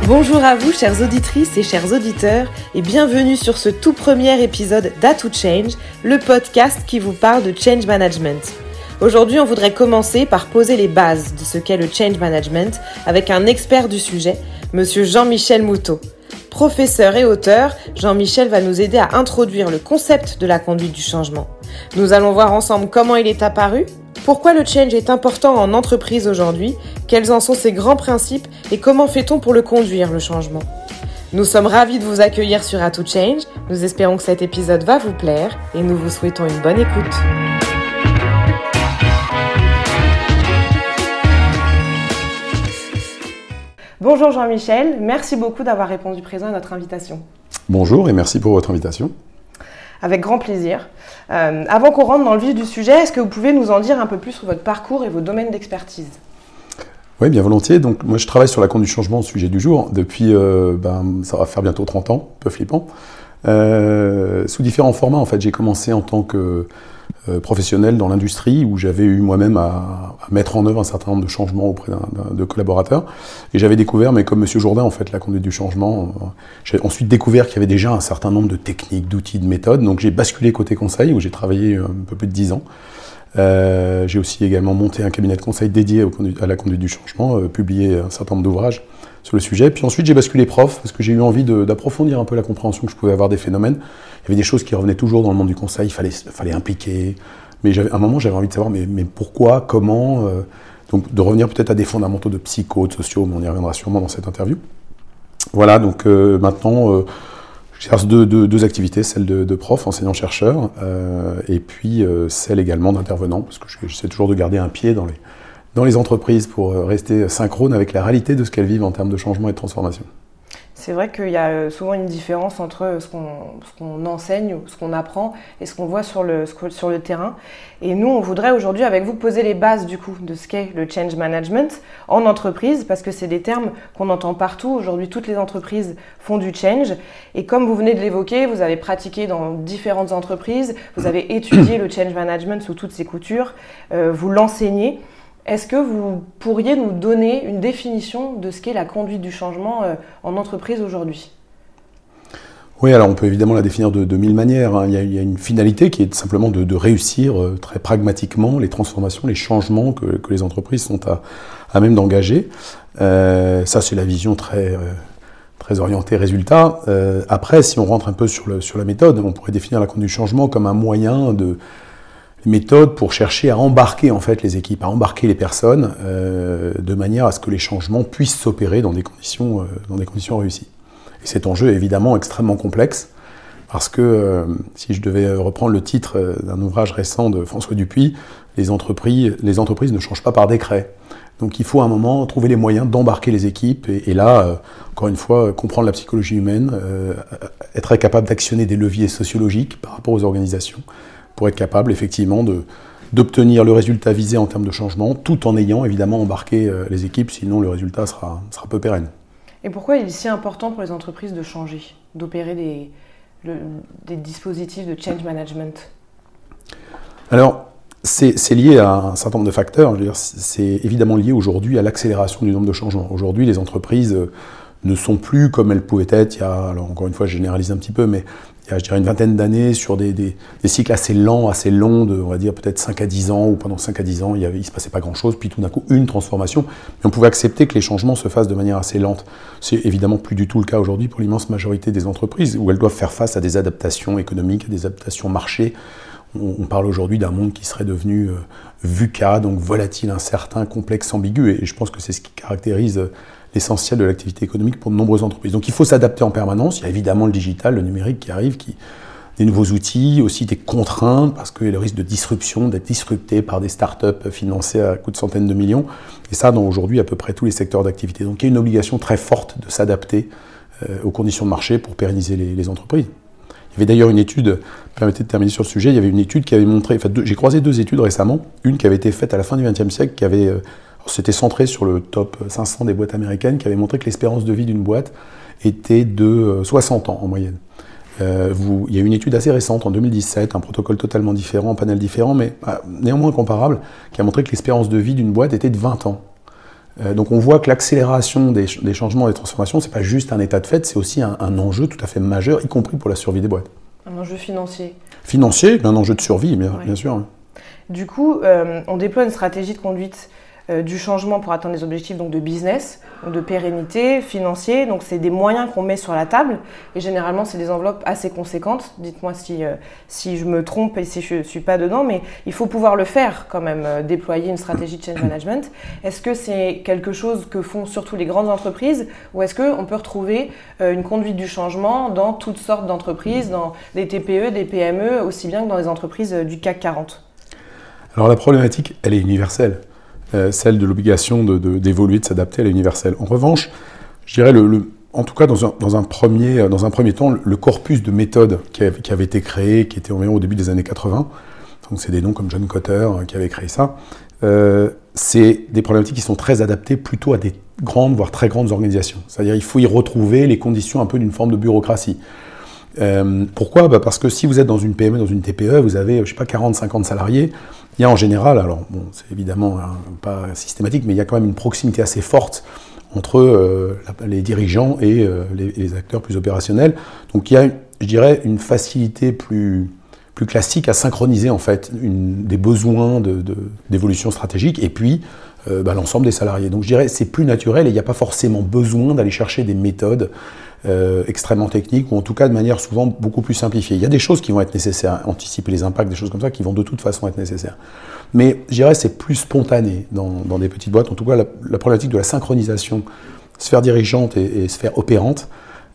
Bonjour à vous, chères auditrices et chers auditeurs, et bienvenue sur ce tout premier épisode d'A2Change, le podcast qui vous parle de change management. Aujourd'hui, on voudrait commencer par poser les bases de ce qu'est le change management avec un expert du sujet, monsieur Jean-Michel Moutot. Professeur et auteur, Jean-Michel va nous aider à introduire le concept de la conduite du changement. Nous allons voir ensemble comment il est apparu, pourquoi le change est important en entreprise aujourd'hui, quels en sont ses grands principes et comment fait-on pour le conduire, le changement. Nous sommes ravis de vous accueillir sur A2Change, nous espérons que cet épisode va vous plaire et nous vous souhaitons une bonne écoute. Bonjour Jean-Michel, merci beaucoup d'avoir répondu présent à notre invitation. Bonjour et merci pour votre invitation. Avec grand plaisir. Avant qu'on rentre dans le vif du sujet, est-ce que vous pouvez nous en dire un peu plus sur votre parcours et vos domaines d'expertise ? Oui, bien volontiers. Donc, moi, je travaille sur la conduite du changement au sujet du jour depuis, ça va faire bientôt 30 ans, un peu flippant. Sous différents formats, en fait, j'ai commencé en tant que professionnel dans l'industrie où j'avais eu moi-même à mettre en œuvre un certain nombre de changements auprès de collaborateurs. Et j'avais découvert, mais comme Monsieur Jourdain, en fait, la conduite du changement, j'ai ensuite découvert qu'il y avait déjà un certain nombre de techniques, d'outils, de méthodes. Donc j'ai basculé côté conseil où j'ai travaillé un peu plus de 10 ans. J'ai aussi également monté un cabinet de conseil dédié à la conduite du changement, publié un certain nombre d'ouvrages sur le sujet. Puis ensuite, j'ai basculé prof parce que j'ai eu envie d'approfondir un peu la compréhension que je pouvais avoir des phénomènes. Il y avait des choses qui revenaient toujours dans le monde du conseil, il fallait impliquer. Mais à un moment, j'avais envie de savoir mais pourquoi, comment. Donc de revenir peut-être à des fondamentaux de psycho, de sociaux, mais on y reviendra sûrement dans cette interview. Voilà, donc maintenant, j'exerce deux activités, celle de prof, enseignant-chercheur, et puis celle également d'intervenant, parce que j'essaie toujours de garder un pied dans les entreprises pour rester synchrone avec la réalité de ce qu'elles vivent en termes de changement et de transformation. C'est vrai qu'il y a souvent une différence entre ce qu'on enseigne, ou ce qu'on apprend et ce qu'on voit sur le terrain. Et nous, on voudrait aujourd'hui avec vous poser les bases du coup de ce qu'est le change management en entreprise, parce que c'est des termes qu'on entend partout. Aujourd'hui, toutes les entreprises font du change. Et comme vous venez de l'évoquer, vous avez pratiqué dans différentes entreprises, vous avez étudié le change management sous toutes ses coutures, vous l'enseignez. Est-ce que vous pourriez nous donner une définition de ce qu'est la conduite du changement en entreprise aujourd'hui ? Oui, alors on peut évidemment la définir de mille manières. Hein. Il y a une finalité qui est simplement de réussir très pragmatiquement les transformations, les changements que les entreprises sont à même d'engager. Ça, c'est la vision très orientée résultat. Après, si on rentre un peu sur la méthode, on pourrait définir la conduite du changement comme un moyen méthode pour chercher à embarquer en fait les équipes, à embarquer les personnes de manière à ce que les changements puissent s'opérer dans des conditions réussies. Et cet enjeu est évidemment extrêmement complexe parce que si je devais reprendre le titre d'un ouvrage récent de François Dupuis, les entreprises ne changent pas par décret. Donc il faut à un moment trouver les moyens d'embarquer les équipes et là, encore une fois, comprendre la psychologie humaine, être capable d'actionner des leviers sociologiques par rapport aux organisations, pour être capable effectivement d'obtenir le résultat visé en termes de changement, tout en ayant évidemment embarqué les équipes, sinon le résultat sera peu pérenne. Et pourquoi il est si important pour les entreprises de changer, d'opérer des dispositifs de change management ? Alors, c'est lié à un certain nombre de facteurs. Je veux dire, c'est évidemment lié aujourd'hui à l'accélération du nombre de changements. Aujourd'hui, les entreprises ne sont plus comme elles pouvaient être alors encore une fois, je généralise un petit peu, mais il y a, je dirais, une vingtaine d'années sur des cycles assez lents, assez longs, on va dire peut-être 5 à 10 ans, ou pendant 5 à 10 ans, il ne se passait pas grand-chose, puis tout d'un coup, une transformation. Mais on pouvait accepter que les changements se fassent de manière assez lente. C'est évidemment plus du tout le cas aujourd'hui pour l'immense majorité des entreprises, où elles doivent faire face à des adaptations économiques, à des adaptations marché. On parle aujourd'hui d'un monde qui serait devenu VUCA, donc volatile, incertain, complexe, ambigu, et je pense que c'est ce qui caractérise l'essentiel de l'activité économique pour de nombreuses entreprises. Donc il faut s'adapter en permanence. Il y a évidemment le digital, le numérique qui arrive, des nouveaux outils, aussi des contraintes, parce qu'il y a le risque de disruption, d'être disrupté par des startups financées à coût de centaines de millions. Et ça, dans aujourd'hui à peu près tous les secteurs d'activité. Donc il y a une obligation très forte de s'adapter aux conditions de marché pour pérenniser les entreprises. Il y avait d'ailleurs une étude, permettez de terminer sur le sujet, il y avait une étude qui avait montré, j'ai croisé 2 études récemment, une qui avait été faite à la fin du XXe siècle, qui avait c'était centré sur le top 500 des boîtes américaines, qui avait montré que l'espérance de vie d'une boîte était de 60 ans en moyenne. Il y a une étude assez récente, en 2017, un protocole totalement différent, un panel différent, mais néanmoins comparable, qui a montré que l'espérance de vie d'une boîte était de 20 ans. Donc on voit que l'accélération des changements, des transformations, c'est pas juste un état de fait, c'est aussi un enjeu tout à fait majeur, y compris pour la survie des boîtes. Un enjeu financier. Financier, mais un enjeu de survie, bien sûr. Du coup, on déploie une stratégie de conduite du changement pour atteindre les objectifs donc de business, donc de pérennité, financier. Donc c'est des moyens qu'on met sur la table et généralement c'est des enveloppes assez conséquentes. Dites-moi si je me trompe et si je ne suis pas dedans, mais il faut pouvoir le faire quand même, déployer une stratégie de change management. Est-ce que c'est quelque chose que font surtout les grandes entreprises ou est-ce qu'on peut retrouver une conduite du changement dans toutes sortes d'entreprises, dans des TPE, des PME, aussi bien que dans les entreprises du CAC 40 ? Alors la problématique, elle est universelle. Celle de l'obligation d'évoluer, de s'adapter, elle est universelle. En revanche, je dirais, en tout cas dans un premier temps, le corpus de méthodes qui avait été créé, qui était environ au début des années 80, donc c'est des noms comme John Kotter qui avait créé ça, c'est des problématiques qui sont très adaptées plutôt à des grandes, voire très grandes organisations. C'est-à-dire il faut y retrouver les conditions un peu d'une forme de bureaucratie. Pourquoi ? Parce que si vous êtes dans une PME, dans une TPE, vous avez, 40, 50 salariés, il y a en général, alors bon, c'est évidemment pas systématique, mais il y a quand même une proximité assez forte entre les dirigeants et les acteurs plus opérationnels. Donc il y a, je dirais, une facilité plus classique à synchroniser en fait des besoins d'évolution stratégique et puis l'ensemble des salariés. Donc je dirais c'est plus naturel et il n'y a pas forcément besoin d'aller chercher des méthodes extrêmement techniques ou en tout cas de manière souvent beaucoup plus simplifiée. Il y a des choses qui vont être nécessaires, anticiper les impacts, des choses comme ça qui vont de toute façon être nécessaires. Mais je dirais c'est plus spontané dans des petites boîtes. En tout cas la problématique de la synchronisation sphère dirigeante et sphère opérante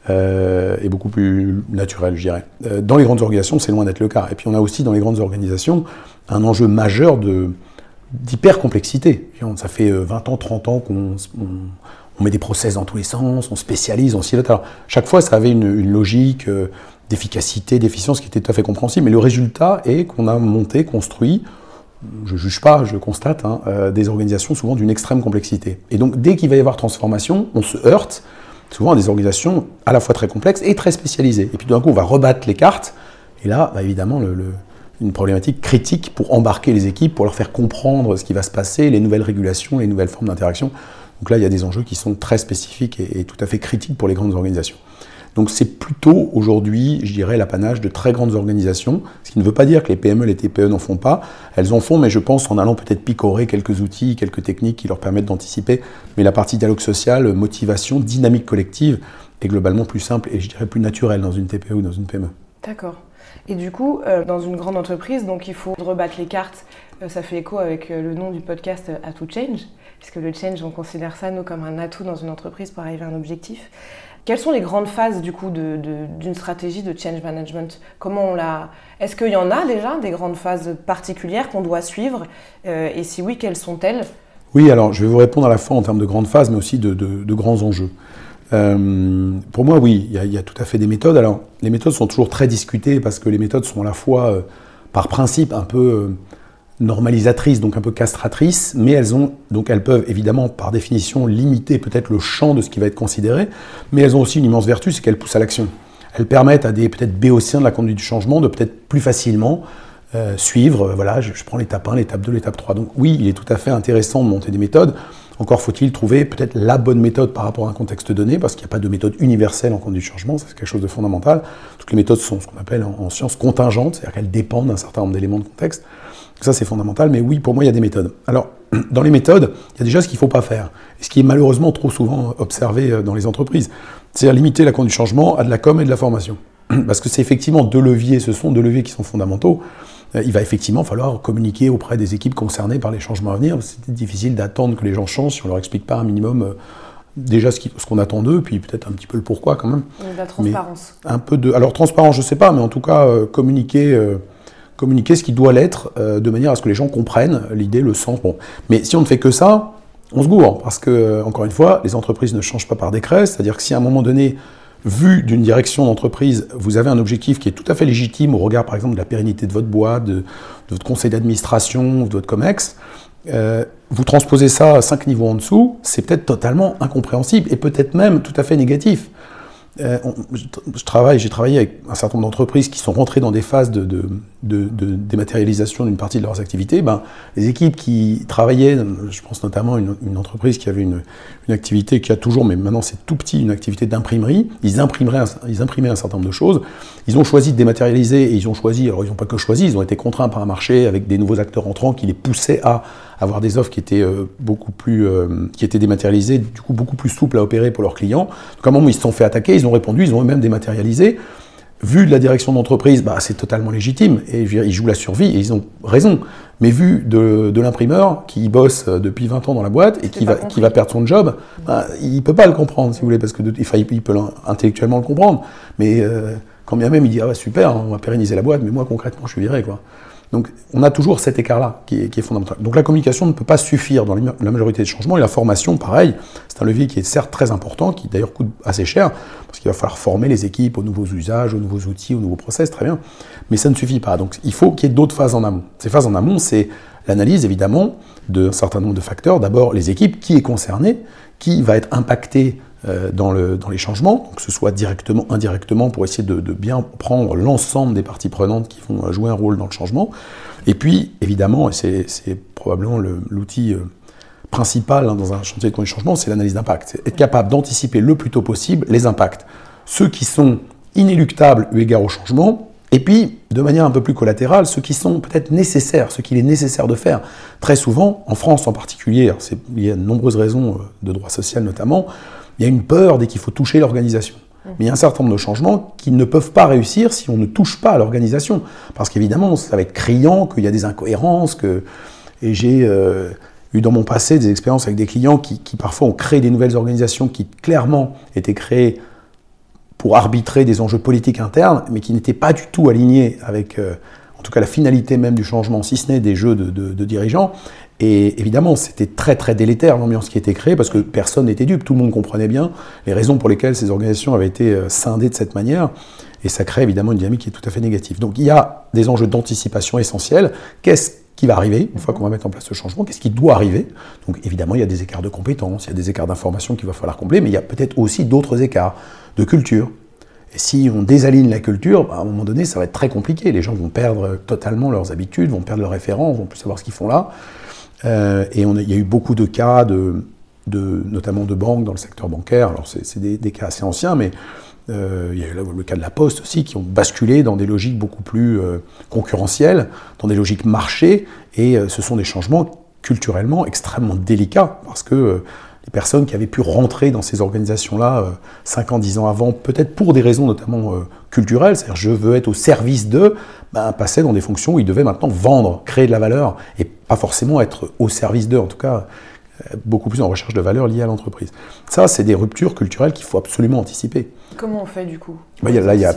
est beaucoup plus naturelle, je dirais. Dans les grandes organisations, c'est loin d'être le cas. Et puis on a aussi dans les grandes organisations un enjeu majeur d'hyper-complexité. Ça fait 20 ans, 30 ans qu'on met des process dans tous les sens, on spécialise, on silote. Alors, chaque fois, ça avait une logique d'efficacité, d'efficience qui était tout à fait compréhensible, mais le résultat est qu'on a construit, je ne juge pas, je constate, des organisations souvent d'une extrême complexité. Et donc, dès qu'il va y avoir transformation, on se heurte souvent à des organisations à la fois très complexes et très spécialisées. Et puis d'un coup, on va rebattre les cartes, et là, évidemment, une problématique critique pour embarquer les équipes, pour leur faire comprendre ce qui va se passer, les nouvelles régulations, les nouvelles formes d'interaction. Donc là, il y a des enjeux qui sont très spécifiques et tout à fait critiques pour les grandes organisations. Donc c'est plutôt aujourd'hui, je dirais, l'apanage de très grandes organisations, ce qui ne veut pas dire que les PME, les TPE n'en font pas. Elles en font, mais je pense en allant peut-être picorer quelques outils, quelques techniques qui leur permettent d'anticiper. Mais la partie dialogue social, motivation, dynamique collective est globalement plus simple et je dirais plus naturelle dans une TPE ou dans une PME. D'accord. Et du coup, dans une grande entreprise, donc il faut rebattre les cartes. Ça fait écho avec le nom du podcast A to Change, puisque le change, on considère ça, nous, comme un atout dans une entreprise pour arriver à un objectif. Quelles sont les grandes phases, du coup, d'une stratégie de change management ? Est-ce qu'il y en a déjà, des grandes phases particulières qu'on doit suivre ? Et si oui, quelles sont-elles ? Oui, alors je vais vous répondre à la fois en termes de grandes phases, mais aussi de grands enjeux. Pour moi, oui, il y a tout à fait des méthodes. Alors, les méthodes sont toujours très discutées parce que les méthodes sont à la fois, par principe, un peu normalisatrices, donc un peu castratrices, mais elles peuvent évidemment, par définition, limiter peut-être le champ de ce qui va être considéré, mais elles ont aussi une immense vertu, c'est qu'elles poussent à l'action. Elles permettent à des peut-être béotiens de la conduite du changement de peut-être plus facilement suivre, je prends l'étape 1, l'étape 2, l'étape 3. Donc oui, il est tout à fait intéressant de monter des méthodes. Encore faut-il trouver peut-être la bonne méthode par rapport à un contexte donné, parce qu'il n'y a pas de méthode universelle en conduite du changement, c'est quelque chose de fondamental. Toutes les méthodes sont ce qu'on appelle en sciences contingentes, c'est-à-dire qu'elles dépendent d'un certain nombre d'éléments de contexte. Donc ça, c'est fondamental, mais oui, pour moi, il y a des méthodes. Alors, dans les méthodes, il y a déjà ce qu'il ne faut pas faire, et ce qui est malheureusement trop souvent observé dans les entreprises, c'est-à-dire limiter la conduite du changement à de la com et de la formation. Parce que c'est effectivement ce sont deux leviers qui sont fondamentaux. Il va effectivement falloir communiquer auprès des équipes concernées par les changements à venir. C'est difficile d'attendre que les gens changent si on ne leur explique pas un minimum déjà ce qu'on attend d'eux, puis peut-être un petit peu le pourquoi quand même. De la transparence. Alors transparence, je ne sais pas, mais en tout cas communiquer ce qui doit l'être de manière à ce que les gens comprennent l'idée, le sens. Bon. Mais si on ne fait que ça, on se gourre, parce que, encore une fois, les entreprises ne changent pas par décret, c'est-à-dire que si à un moment donné, vu d'une direction d'entreprise, vous avez un objectif qui est tout à fait légitime au regard, par exemple, de la pérennité de votre boîte, de votre conseil d'administration, de votre COMEX, vous transposez ça à 5 niveaux en dessous, c'est peut-être totalement incompréhensible et peut-être même tout à fait négatif. J'ai travaillé avec un certain nombre d'entreprises qui sont rentrées dans des phases dématérialisation d'une partie de leurs activités, les équipes qui travaillaient, je pense notamment à une entreprise qui avait une activité qui a toujours, mais maintenant c'est tout petit, une activité d'imprimerie, ils imprimaient un certain nombre de choses, ils ont choisi de dématérialiser et ils n'ont pas que choisi, ils ont été contraints par un marché avec des nouveaux acteurs entrants qui les poussaient à avoir des offres qui étaient qui étaient dématérialisées, du coup beaucoup plus souples à opérer pour leurs clients. Donc à un moment ils se sont fait attaquer, ils ont répondu, ils ont eux-mêmes dématérialisé. Vu de la direction d'entreprise, c'est totalement légitime, et ils jouent la survie, et ils ont raison. Mais vu de l'imprimeur, qui bosse depuis 20 ans dans la boîte, et qui va perdre son job, il ne peut pas le comprendre, si vous voulez, parce que il peut intellectuellement le comprendre, mais quand bien même il dit « Ah super, on va pérenniser la boîte, mais moi concrètement je suis viré ». Donc on a toujours cet écart-là qui est fondamental. Donc la communication ne peut pas suffire dans la majorité des changements, et la formation, pareil, c'est un levier qui est certes très important, qui d'ailleurs coûte assez cher, parce qu'il va falloir former les équipes aux nouveaux usages, aux nouveaux outils, aux nouveaux process, très bien, mais ça ne suffit pas. Donc il faut qu'il y ait d'autres phases en amont. Ces phases en amont, c'est l'analyse évidemment d'un certain nombre de facteurs. D'abord les équipes, qui est concerné, qui va être impacté dans les changements, donc que ce soit directement, indirectement, pour essayer de bien prendre l'ensemble des parties prenantes qui vont jouer un rôle dans le changement. Et puis, évidemment, et c'est probablement l'outil principal dans un chantier de conduite de changement, c'est l'analyse d'impact. C'est être capable d'anticiper le plus tôt possible les impacts. Ceux qui sont inéluctables eu égard au changement, et puis, de manière un peu plus collatérale, ceux qui sont peut-être nécessaires, ce qu'il est nécessaire de faire. Très souvent, en France en particulier, il y a de nombreuses raisons de droit social notamment, il y a une peur dès qu'il faut toucher l'organisation. Mais il y a un certain nombre de changements qui ne peuvent pas réussir si on ne touche pas à l'organisation. Parce qu'évidemment, ça va être criant qu'il y a des incohérences. Et j'ai eu dans mon passé des expériences avec des clients qui parfois ont créé des nouvelles organisations qui clairement étaient créées pour arbitrer des enjeux politiques internes, mais qui n'étaient pas du tout alignés avec, en tout cas, la finalité même du changement, si ce n'est des jeux de dirigeants. Et évidemment, c'était très très délétère l'ambiance qui était créée parce que personne n'était dupe, tout le monde comprenait bien les raisons pour lesquelles ces organisations avaient été scindées de cette manière, et ça crée évidemment une dynamique qui est tout à fait négative. Donc il y a des enjeux d'anticipation essentiels. Qu'est-ce qui va arriver une fois qu'on va mettre en place ce changement? Qu'est-ce qui doit arriver? Donc évidemment, il y a des écarts de compétences, il y a des écarts d'information qu'il va falloir combler, mais il y a peut-être aussi d'autres écarts de culture. Et si on désaligne la culture, à un moment donné, ça va être très compliqué. Les gens vont perdre totalement leurs habitudes, vont perdre leurs références, vont plus savoir ce qu'ils font là. Et il y a eu beaucoup de cas, notamment de banques dans le secteur bancaire. Alors c'est des cas assez anciens, mais il y a eu le cas de la Poste aussi, qui ont basculé dans des logiques beaucoup plus concurrentielles, dans des logiques marché, et ce sont des changements culturellement extrêmement délicats, parce que les personnes qui avaient pu rentrer dans ces organisations-là 5 ans, 10 ans avant, peut-être pour des raisons notamment culturelles, c'est-à-dire je veux être au service d'eux, passaient dans des fonctions où ils devaient maintenant vendre, créer de la valeur, et pas forcément être au service d'eux, en tout cas beaucoup plus en recherche de valeur liée à l'entreprise. Ça, c'est des ruptures culturelles qu'il faut absolument anticiper. Comment on fait du coup? Il y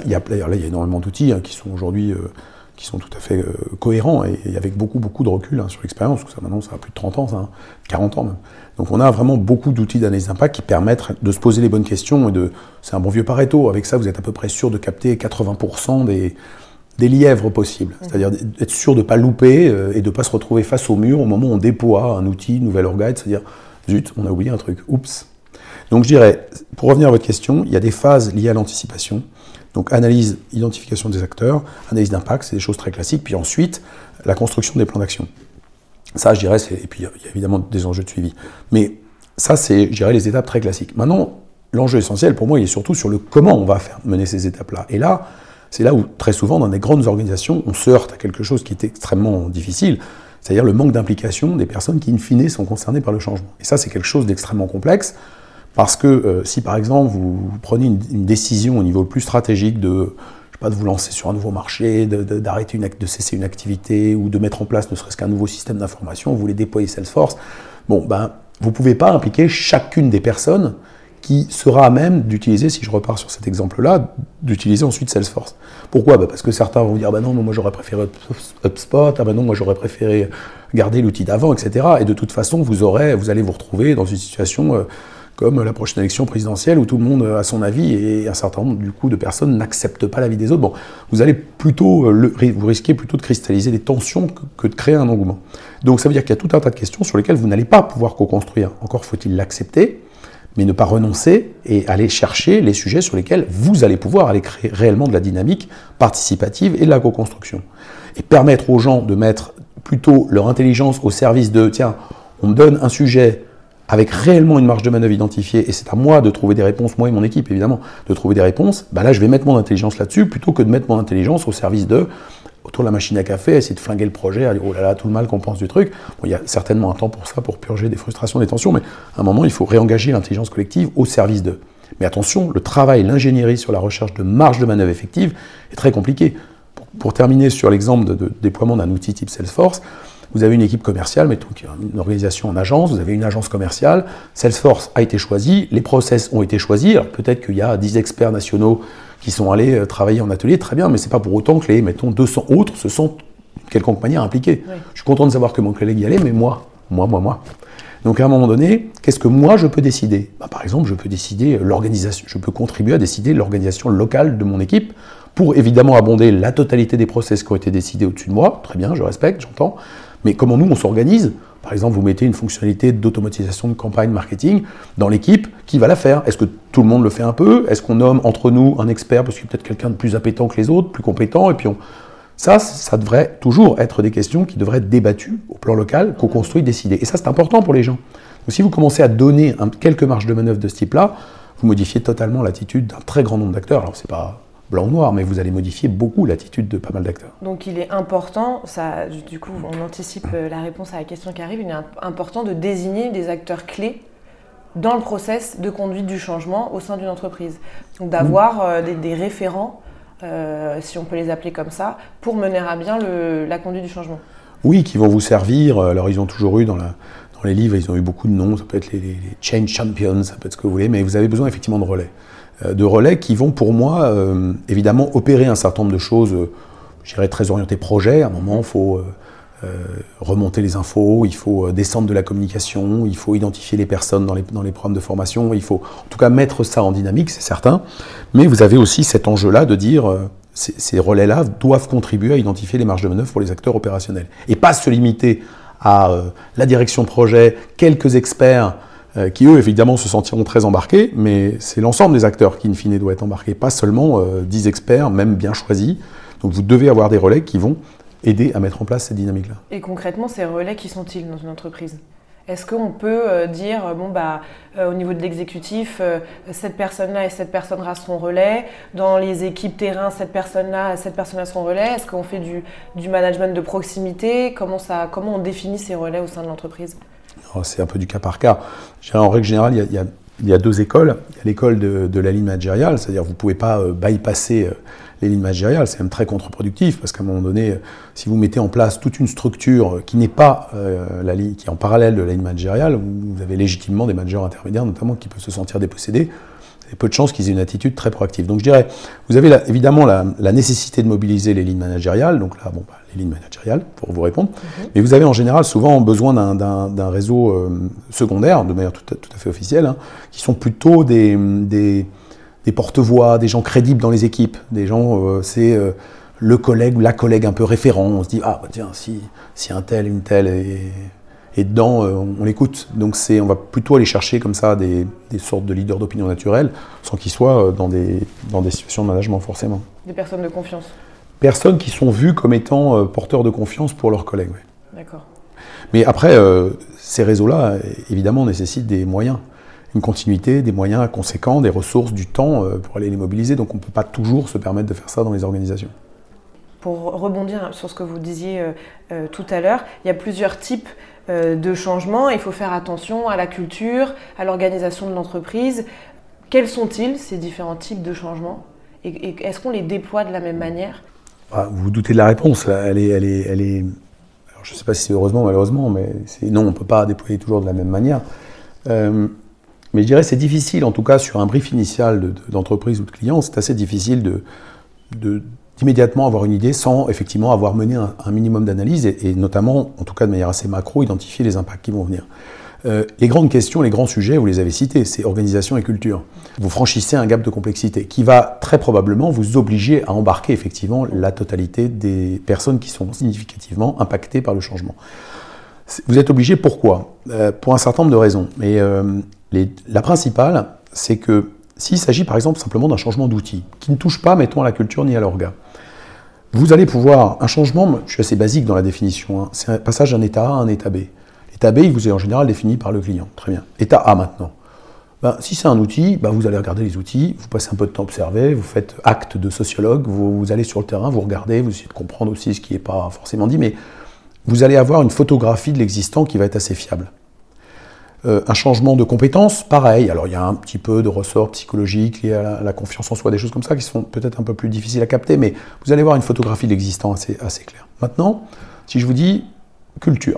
a énormément d'outils qui sont aujourd'hui qui sont tout à fait cohérents et avec beaucoup de recul sur l'expérience, parce que maintenant ça a plus de 30 ans, ça, 40 ans même. Donc on a vraiment beaucoup d'outils d'analyse d'impact qui permettent de se poser les bonnes questions, c'est un bon vieux Pareto, avec ça vous êtes à peu près sûr de capter 80% des lièvres possibles, c'est-à-dire être sûr de ne pas louper et de ne pas se retrouver face au mur au moment où on déploie un outil, une nouvelle orga, c'est-à-dire zut, on a oublié un truc, oups. Donc je dirais, pour revenir à votre question, il y a des phases liées à l'anticipation. Donc analyse, identification des acteurs, analyse d'impact, c'est des choses très classiques. Puis ensuite, la construction des plans d'action. Ça, je dirais, et puis il y a évidemment des enjeux de suivi. Mais ça, c'est, je dirais, les étapes très classiques. Maintenant, l'enjeu essentiel, pour moi, il est surtout sur le comment on va mener ces étapes-là. Et là, c'est là où, très souvent, dans des grandes organisations, on se heurte à quelque chose qui est extrêmement difficile, c'est-à-dire le manque d'implication des personnes qui, in fine, sont concernées par le changement. Et ça, c'est quelque chose d'extrêmement complexe. Parce que si par exemple vous prenez une décision au niveau le plus stratégique de vous lancer sur un nouveau marché, d'arrêter de cesser une activité ou de mettre en place ne serait-ce qu'un nouveau système d'information, vous voulez déployer Salesforce, vous ne pouvez pas impliquer chacune des personnes qui sera à même d'utiliser, si je repars sur cet exemple-là, d'utiliser ensuite Salesforce. Pourquoi ? Parce que certains vont dire non, moi j'aurais préféré HubSpot, non, moi j'aurais préféré garder l'outil d'avant, etc. Et de toute façon, vous allez vous retrouver dans une situation comme la prochaine élection présidentielle où tout le monde a son avis et un certain nombre du coup de personnes n'acceptent pas l'avis des autres. Vous allez plutôt, vous risquez plutôt de cristalliser des tensions que de créer un engouement. Donc ça veut dire qu'il y a tout un tas de questions sur lesquelles vous n'allez pas pouvoir co-construire. Encore faut-il l'accepter, mais ne pas renoncer et aller chercher les sujets sur lesquels vous allez pouvoir aller créer réellement de la dynamique participative et de la co-construction. Et permettre aux gens de mettre plutôt leur intelligence au service de « tiens, on me donne un sujet avec réellement une marge de manœuvre identifiée et c'est à moi de trouver des réponses, moi et mon équipe évidemment, de trouver des réponses, là je vais mettre mon intelligence là-dessus plutôt que de mettre mon intelligence au service de autour de la machine à café, essayer de flinguer le projet, à dire oh là là, tout le mal qu'on pense du truc. Bon, il y a certainement un temps pour ça, pour purger des frustrations, des tensions, mais à un moment, il faut réengager l'intelligence collective au service d'eux. Mais attention, le travail, l'ingénierie sur la recherche de marge de manœuvre effective est très compliqué. Pour terminer sur l'exemple de déploiement d'un outil type Salesforce, vous avez une équipe commerciale, mettons une organisation en agence, vous avez une agence commerciale, Salesforce a été choisi, les process ont été choisis, alors peut-être qu'il y a 10 experts nationaux qui sont allés travailler en atelier, très bien, mais ce n'est pas pour autant que les, mettons, 200 autres se sont de quelconque manière impliqués. Oui. Je suis content de savoir que mon collègue y allait, mais moi. Donc à un moment donné, qu'est-ce que moi je peux décider ? Par exemple, je peux décider l'organisation, je peux contribuer à décider l'organisation locale de mon équipe pour évidemment abonder la totalité des process qui ont été décidés au-dessus de moi. Très bien, je respecte, j'entends. Mais comment nous, on s'organise ? Par exemple, vous mettez une fonctionnalité d'automatisation de campagne marketing dans l'équipe, qui va la faire ? Est-ce que tout le monde le fait un peu ? Est-ce qu'on nomme entre nous un expert parce qu'il y a peut-être quelqu'un de plus appétent que les autres, plus compétent, et puis ça devrait toujours être des questions qui devraient être débattues au plan local, co-construites, décidées. Et ça, c'est important pour les gens. Donc si vous commencez à donner quelques marges de manœuvre de ce type-là, vous modifiez totalement l'attitude d'un très grand nombre d'acteurs. Alors, c'est pas blanc ou noir, mais vous allez modifier beaucoup l'attitude de pas mal d'acteurs. Donc il est important, ça, du coup on anticipe la réponse à la question qui arrive, il est important de désigner des acteurs clés dans le process de conduite du changement au sein d'une entreprise. Donc d'avoir des référents, si on peut les appeler comme ça, pour mener à bien la conduite du changement. Oui, qui vont vous servir. Alors ils ont toujours eu dans les livres, ils ont eu beaucoup de noms, ça peut être les Change Champions, ça peut être ce que vous voulez, mais vous avez besoin effectivement de relais qui vont pour moi évidemment opérer un certain nombre de choses, je dirais très orientées projet. À un moment, il faut remonter les infos, il faut descendre de la communication, il faut identifier les personnes dans les programmes de formation, il faut en tout cas mettre ça en dynamique, c'est certain. Mais vous avez aussi cet enjeu-là de dire ces relais-là doivent contribuer à identifier les marges de manœuvre pour les acteurs opérationnels. Et pas se limiter à la direction projet, quelques experts qui eux évidemment se sentiront très embarqués, mais c'est l'ensemble des acteurs qui in fine doit être embarqué, pas seulement 10 experts, même bien choisis. Donc vous devez avoir des relais qui vont aider à mettre en place cette dynamique-là. Et concrètement, ces relais, qui sont-ils dans une entreprise ? Est-ce qu'on peut dire, au niveau de l'exécutif, cette personne-là et cette personne-là seront relais, dans les équipes terrain, cette personne-là et cette personne-là seront relais ? Est-ce qu'on fait du management de proximité ? Comment on définit ces relais au sein de l'entreprise ? C'est un peu du cas par cas. En règle générale, il y a deux écoles. Il y a l'école de la ligne managériale, c'est-à-dire que vous ne pouvez pas bypasser les lignes managériales, c'est même très contre-productif, parce qu'à un moment donné, si vous mettez en place toute une structure qui n'est pas la ligne, qui est en parallèle de la ligne managériale, vous avez légitimement des managers intermédiaires, notamment, qui peuvent se sentir dépossédés. Il y a peu de chances qu'ils aient une attitude très proactive. Donc je dirais, vous avez évidemment la nécessité de mobiliser les lignes managériales, donc là, les lignes managériales, pour vous répondre, mais vous avez en général souvent besoin d'un réseau secondaire, de manière tout à fait officielle, qui sont plutôt des porte-voix, des gens crédibles dans les équipes, des gens, le collègue ou la collègue un peu référent, on se dit, tiens, si un tel, une telle et dedans, on l'écoute. Donc on va plutôt aller chercher comme ça des sortes de leaders d'opinion naturelle, sans qu'ils soient dans des situations de management forcément. Des personnes de confiance. Personnes qui sont vues comme étant porteurs de confiance pour leurs collègues. Oui. D'accord. Mais après, ces réseaux-là, évidemment, nécessitent des moyens. Une continuité, des moyens conséquents, des ressources, du temps pour aller les mobiliser. Donc on ne peut pas toujours se permettre de faire ça dans les organisations. Pour rebondir sur ce que vous disiez tout à l'heure, il y a plusieurs types de changements. Il faut faire attention à la culture, à l'organisation de l'entreprise. Quels sont-ils, ces différents types de changements ? Et est-ce qu'on les déploie de la même manière ? Vous vous doutez de la réponse. Elle est... Alors, je ne sais pas si c'est heureusement ou malheureusement, mais non, on ne peut pas déployer toujours de la même manière. Mais je dirais que c'est difficile, en tout cas sur un brief initial d'entreprise ou de client, c'est assez difficile d'immédiatement avoir une idée sans effectivement avoir mené un minimum d'analyse et notamment, en tout cas de manière assez macro, identifier les impacts qui vont venir. Les grandes questions, les grands sujets, vous les avez cités, c'est organisation et culture. Vous franchissez un gap de complexité qui va très probablement vous obliger à embarquer effectivement la totalité des personnes qui sont significativement impactées par le changement. Vous êtes obligé, pourquoi ? Pour un certain nombre de raisons. Mais la principale, c'est que s'il s'agit par exemple simplement d'un changement d'outil, qui ne touche pas, mettons, à la culture ni à l'orga, vous allez pouvoir, un changement, je suis assez basique dans la définition, hein, c'est un passage d'un état A à un état B. L'état B, il vous est en général défini par le client. Très bien. État A maintenant. Si c'est un outil, vous allez regarder les outils, vous passez un peu de temps à observer, vous faites acte de sociologue, vous allez sur le terrain, vous regardez, vous essayez de comprendre aussi ce qui n'est pas forcément dit, mais vous allez avoir une photographie de l'existant qui va être assez fiable. Un changement de compétence, pareil. Alors il y a un petit peu de ressort psychologique lié à la confiance en soi, des choses comme ça qui sont peut-être un peu plus difficiles à capter, mais vous allez voir une photographie de l'existant assez claire. Maintenant, si je vous dis culture,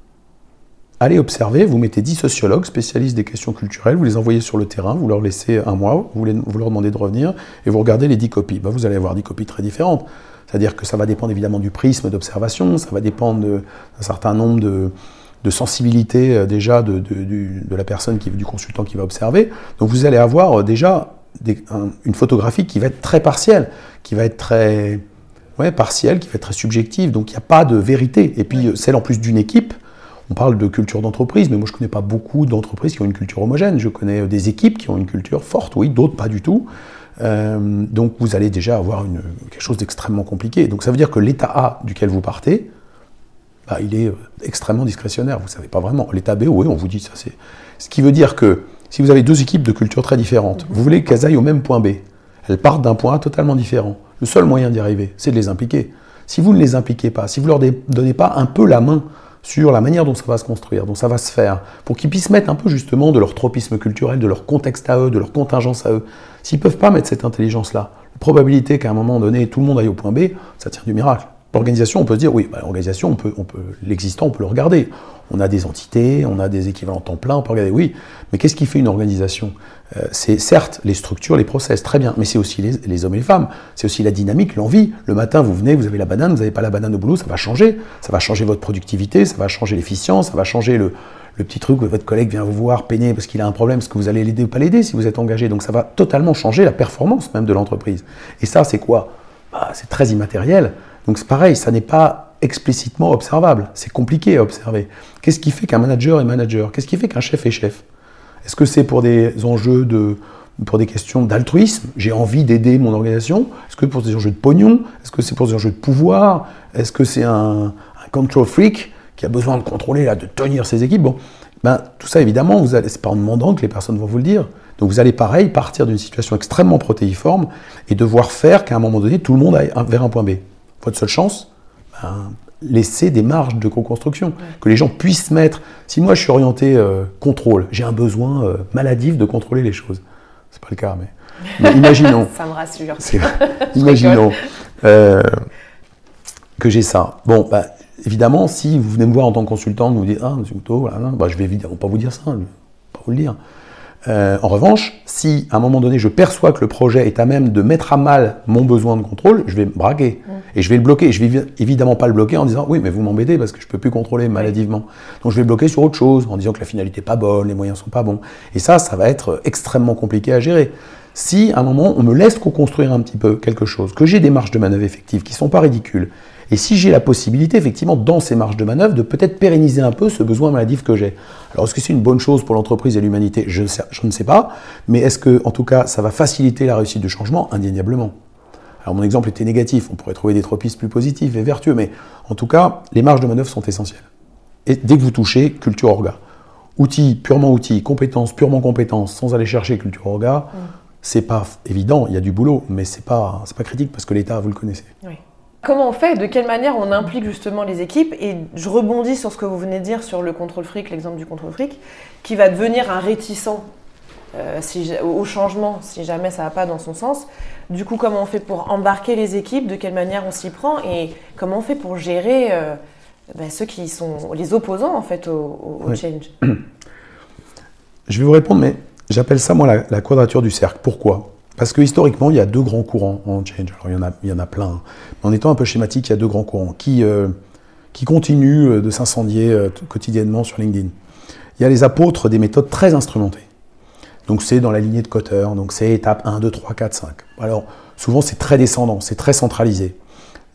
allez observer, vous mettez 10 sociologues spécialistes des questions culturelles, vous les envoyez sur le terrain, vous leur laissez un mois, vous leur demandez de revenir et vous regardez les 10 copies. Vous allez avoir 10 copies très différentes. C'est-à-dire que ça va dépendre évidemment du prisme d'observation, ça va dépendre d'un certain nombre de sensibilités déjà de la personne, du consultant qui va observer. Donc vous allez avoir déjà une photographie qui va être très partielle, qui va être très partielle, qui va être très subjective. Donc il n'y a pas de vérité. Et puis celle en plus d'une équipe. On parle de culture d'entreprise, mais moi je ne connais pas beaucoup d'entreprises qui ont une culture homogène. Je connais des équipes qui ont une culture forte, oui, d'autres pas du tout. Donc vous allez déjà avoir quelque chose d'extrêmement compliqué. Donc ça veut dire que l'état A duquel vous partez, il est extrêmement discrétionnaire, vous ne savez pas vraiment. L'état B, oui, on vous dit ça. Ce qui veut dire que si vous avez deux équipes de culture très différentes, vous voulez qu'elles aillent au même point B, elles partent d'un point A totalement différent. Le seul moyen d'y arriver, c'est de les impliquer. Si vous ne les impliquez pas, si vous ne leur donnez pas un peu la main sur la manière dont ça va se construire, dont ça va se faire, pour qu'ils puissent mettre un peu justement de leur tropisme culturel, de leur contexte à eux, de leur contingence à eux. S'ils ne peuvent pas mettre cette intelligence-là, la probabilité qu'à un moment donné, tout le monde aille au point B, ça tient du miracle. L'organisation, on peut se dire, oui, l'organisation, l'existant, on peut le regarder. On a des entités, on a des équivalents temps plein, on peut regarder, oui. Mais qu'est-ce qui fait une organisation ? C'est certes les structures, les process, très bien, mais c'est aussi les hommes et les femmes. C'est aussi la dynamique, l'envie. Le matin, vous venez, vous avez la banane, vous n'avez pas la banane au boulot, ça va changer. Ça va changer votre productivité, ça va changer l'efficience, ça va changer le petit truc où votre collègue vient vous voir peiner parce qu'il a un problème, est-ce que vous allez l'aider ou pas l'aider si vous êtes engagé. Donc ça va totalement changer la performance même de l'entreprise. Et ça, c'est quoi ? C'est très immatériel. Donc c'est pareil, ça n'est pas explicitement observable. C'est compliqué à observer. Qu'est-ce qui fait qu'un manager est manager ? Qu'est-ce qui fait qu'un chef est chef ? Est-ce que c'est pour des enjeux pour des questions d'altruisme ? J'ai envie d'aider mon organisation ? Est-ce que pour des enjeux de pognon ? Est-ce que c'est pour des enjeux de pouvoir ? Est-ce que c'est un control freak qui a besoin de contrôler, de tenir ses équipes ? Tout ça, évidemment, c'est pas en demandant que les personnes vont vous le dire. Donc vous allez, pareil, partir d'une situation extrêmement protéiforme et devoir faire qu'à un moment donné, tout le monde aille vers un point B. Votre seule chance, laisser des marges de co-construction, que les gens puissent mettre. Si moi je suis orienté contrôle, j'ai un besoin maladif de contrôler les choses. C'est pas le cas, mais imaginons. Ça me rassure. Imaginons que j'ai ça. Évidemment, si vous venez me voir en tant que consultant, vous me dites monsieur Houteau, je vais évidemment pas vous dire ça, je vais pas vous le dire. En revanche, si à un moment donné je perçois que le projet est à même de mettre à mal mon besoin de contrôle, je vais me braquer et je vais le bloquer. Je vais évidemment pas le bloquer en disant oui mais vous m'embêtez parce que je peux plus contrôler maladivement. Donc je vais le bloquer sur autre chose en disant que la finalité n'est pas bonne, les moyens sont pas bons. Et ça va être extrêmement compliqué à gérer. Si à un moment on me laisse co-construire un petit peu quelque chose, que j'ai des marges de manœuvre effectives qui sont pas ridicules, et si j'ai la possibilité, effectivement, dans ces marges de manœuvre, de peut-être pérenniser un peu ce besoin maladif que j'ai. Alors, est-ce que c'est une bonne chose pour l'entreprise et l'humanité ? Je ne sais pas. Mais est-ce que, en tout cas, ça va faciliter la réussite du changement ? Indéniablement. Alors, mon exemple était négatif. On pourrait trouver des tropismes plus positifs et vertueux. Mais en tout cas, les marges de manœuvre sont essentielles. Et dès que vous touchez culture orga, outils, compétences, purement compétences, sans aller chercher culture orga, c'est pas évident. Il y a du boulot, mais c'est pas critique parce que l'État, vous le connaissez. Oui. Comment on fait ? De quelle manière on implique justement les équipes ? Et je rebondis sur ce que vous venez de dire sur le contrôle fric, l'exemple du contrôle fric, qui va devenir un réticent au changement si jamais ça ne va pas dans son sens. Du coup, comment on fait pour embarquer les équipes ? De quelle manière on s'y prend ? Et comment on fait pour gérer ceux qui sont les opposants en fait au change ? Je vais vous répondre, mais j'appelle ça moi la quadrature du cercle. Pourquoi ? Parce que historiquement, il y a deux grands courants en change. Alors il y en a plein. Mais en étant un peu schématique, il y a deux grands courants qui continuent de s'incendier quotidiennement sur LinkedIn. Il y a les apôtres des méthodes très instrumentées. Donc c'est dans la lignée de Kotter, donc c'est étape 1, 2, 3, 4, 5. Alors souvent c'est très descendant, c'est très centralisé.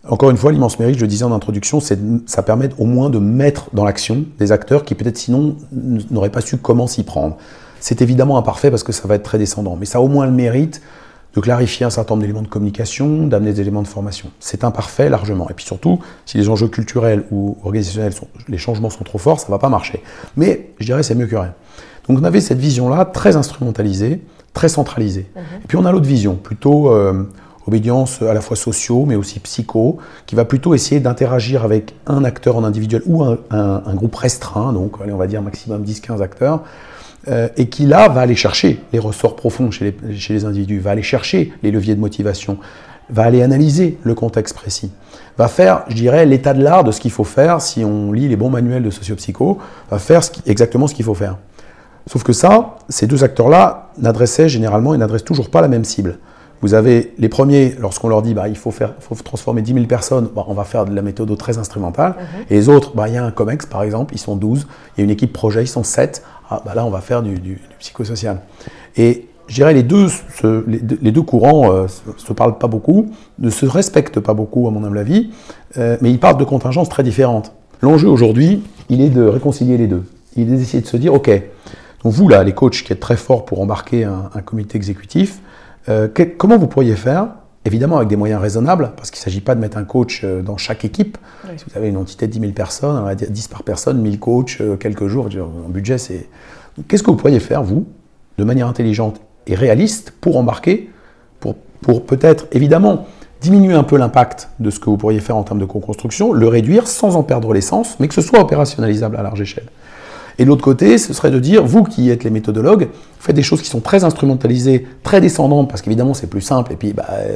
Encore une fois, l'immense mérite, je le disais en introduction, ça permet au moins de mettre dans l'action des acteurs qui peut-être sinon n'auraient pas su comment s'y prendre. C'est évidemment imparfait parce que ça va être très descendant, mais ça a au moins le mérite de clarifier un certain nombre d'éléments de communication, d'amener des éléments de formation. C'est imparfait largement. Et puis surtout, si les enjeux culturels ou organisationnels, les changements sont trop forts, ça ne va pas marcher. Mais je dirais c'est mieux que rien. Donc on avait cette vision-là très instrumentalisée, très centralisée. Et puis on a l'autre vision, plutôt obédience à la fois sociaux, mais aussi psycho, qui va plutôt essayer d'interagir avec un acteur en individuel ou un groupe restreint, donc allez, on va dire maximum 10-15 acteurs, et qui là va aller chercher les ressorts profonds chez les individus, va aller chercher les leviers de motivation, va aller analyser le contexte précis, va faire, je dirais, l'état de l'art de ce qu'il faut faire, si on lit les bons manuels de sociopsycho, va faire exactement ce qu'il faut faire. Sauf que ça, ces deux acteurs-là n'adressaient généralement et n'adressent toujours pas la même cible. Vous avez les premiers, lorsqu'on leur dit il faut transformer 10 000 personnes, on va faire de la méthode très instrumentale. Et les autres, il y a un COMEX par exemple, ils sont 12, il y a une équipe projet, ils sont 7. Là on va faire du psychosocial. Et je dirais les deux courants se parlent pas beaucoup, ne se respectent pas beaucoup à mon humble avis, mais ils partent de contingences très différentes. L'enjeu aujourd'hui, il est de réconcilier les deux. Il est d'essayer de se dire, ok, donc vous là, les coachs qui êtes très forts pour embarquer un comité exécutif, comment vous pourriez faire, évidemment avec des moyens raisonnables, parce qu'il ne s'agit pas de mettre un coach dans chaque équipe. Oui. Si vous avez une entité de 10 000 personnes, on va dire 10 par personne, 1000 coachs, quelques jours, un budget, c'est... Qu'est-ce que vous pourriez faire, vous, de manière intelligente et réaliste, pour embarquer, pour peut-être, évidemment, diminuer un peu l'impact de ce que vous pourriez faire en termes de co-construction, le réduire sans en perdre l'essence, mais que ce soit opérationnalisable à large échelle. Et de l'autre côté, ce serait de dire, vous qui êtes les méthodologues, faites des choses qui sont très instrumentalisées, très descendantes, parce qu'évidemment c'est plus simple, et puis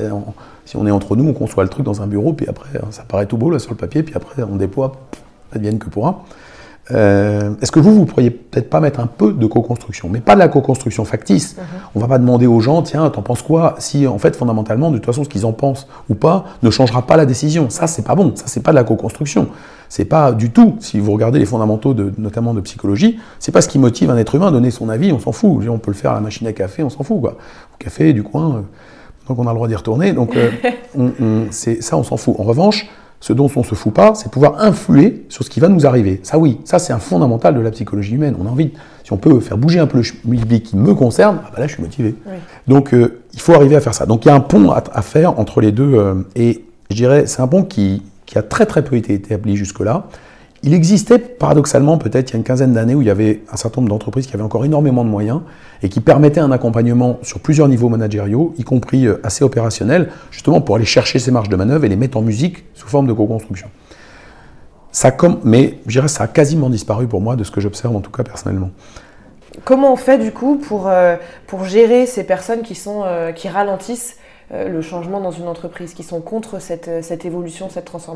si on est entre nous, on conçoit le truc dans un bureau, puis après ça paraît tout beau là sur le papier, puis après on déploie, ça devienne que pour un. Est-ce que vous pourriez peut-être pas mettre un peu de co-construction, mais pas de la co-construction factice. On va pas demander aux gens, tiens, t'en penses quoi, si en fait fondamentalement, de toute façon, ce qu'ils en pensent ou pas ne changera pas la décision. Ça, c'est pas bon, ça c'est pas de la co-construction. C'est pas du tout, si vous regardez les fondamentaux notamment de psychologie, c'est pas ce qui motive un être humain à donner son avis, on s'en fout. On peut le faire à la machine à café, on s'en fout, quoi. Au café du coin, donc on a le droit d'y retourner, donc ça on s'en fout. En revanche, ce dont on ne se fout pas, c'est pouvoir influer sur ce qui va nous arriver. Ça oui, ça c'est un fondamental de la psychologie humaine. On a envie, si on peut faire bouger un peu le schmilblick qui me concerne, là je suis motivé. Oui. Donc il faut arriver à faire ça. Donc il y a un pont à faire entre les deux, et je dirais c'est un pont qui a très très peu été établi jusque-là. Il existait paradoxalement peut-être il y a une quinzaine d'années où il y avait un certain nombre d'entreprises qui avaient encore énormément de moyens et qui permettaient un accompagnement sur plusieurs niveaux managériaux, y compris assez opérationnels, justement pour aller chercher ces marges de manœuvre et les mettre en musique sous forme de co-construction. Mais je dirais que ça a quasiment disparu pour moi de ce que j'observe en tout cas personnellement. Comment on fait du coup pour gérer ces personnes qui ralentissent le changement dans une entreprise, qui sont contre cette évolution, cette transformation ?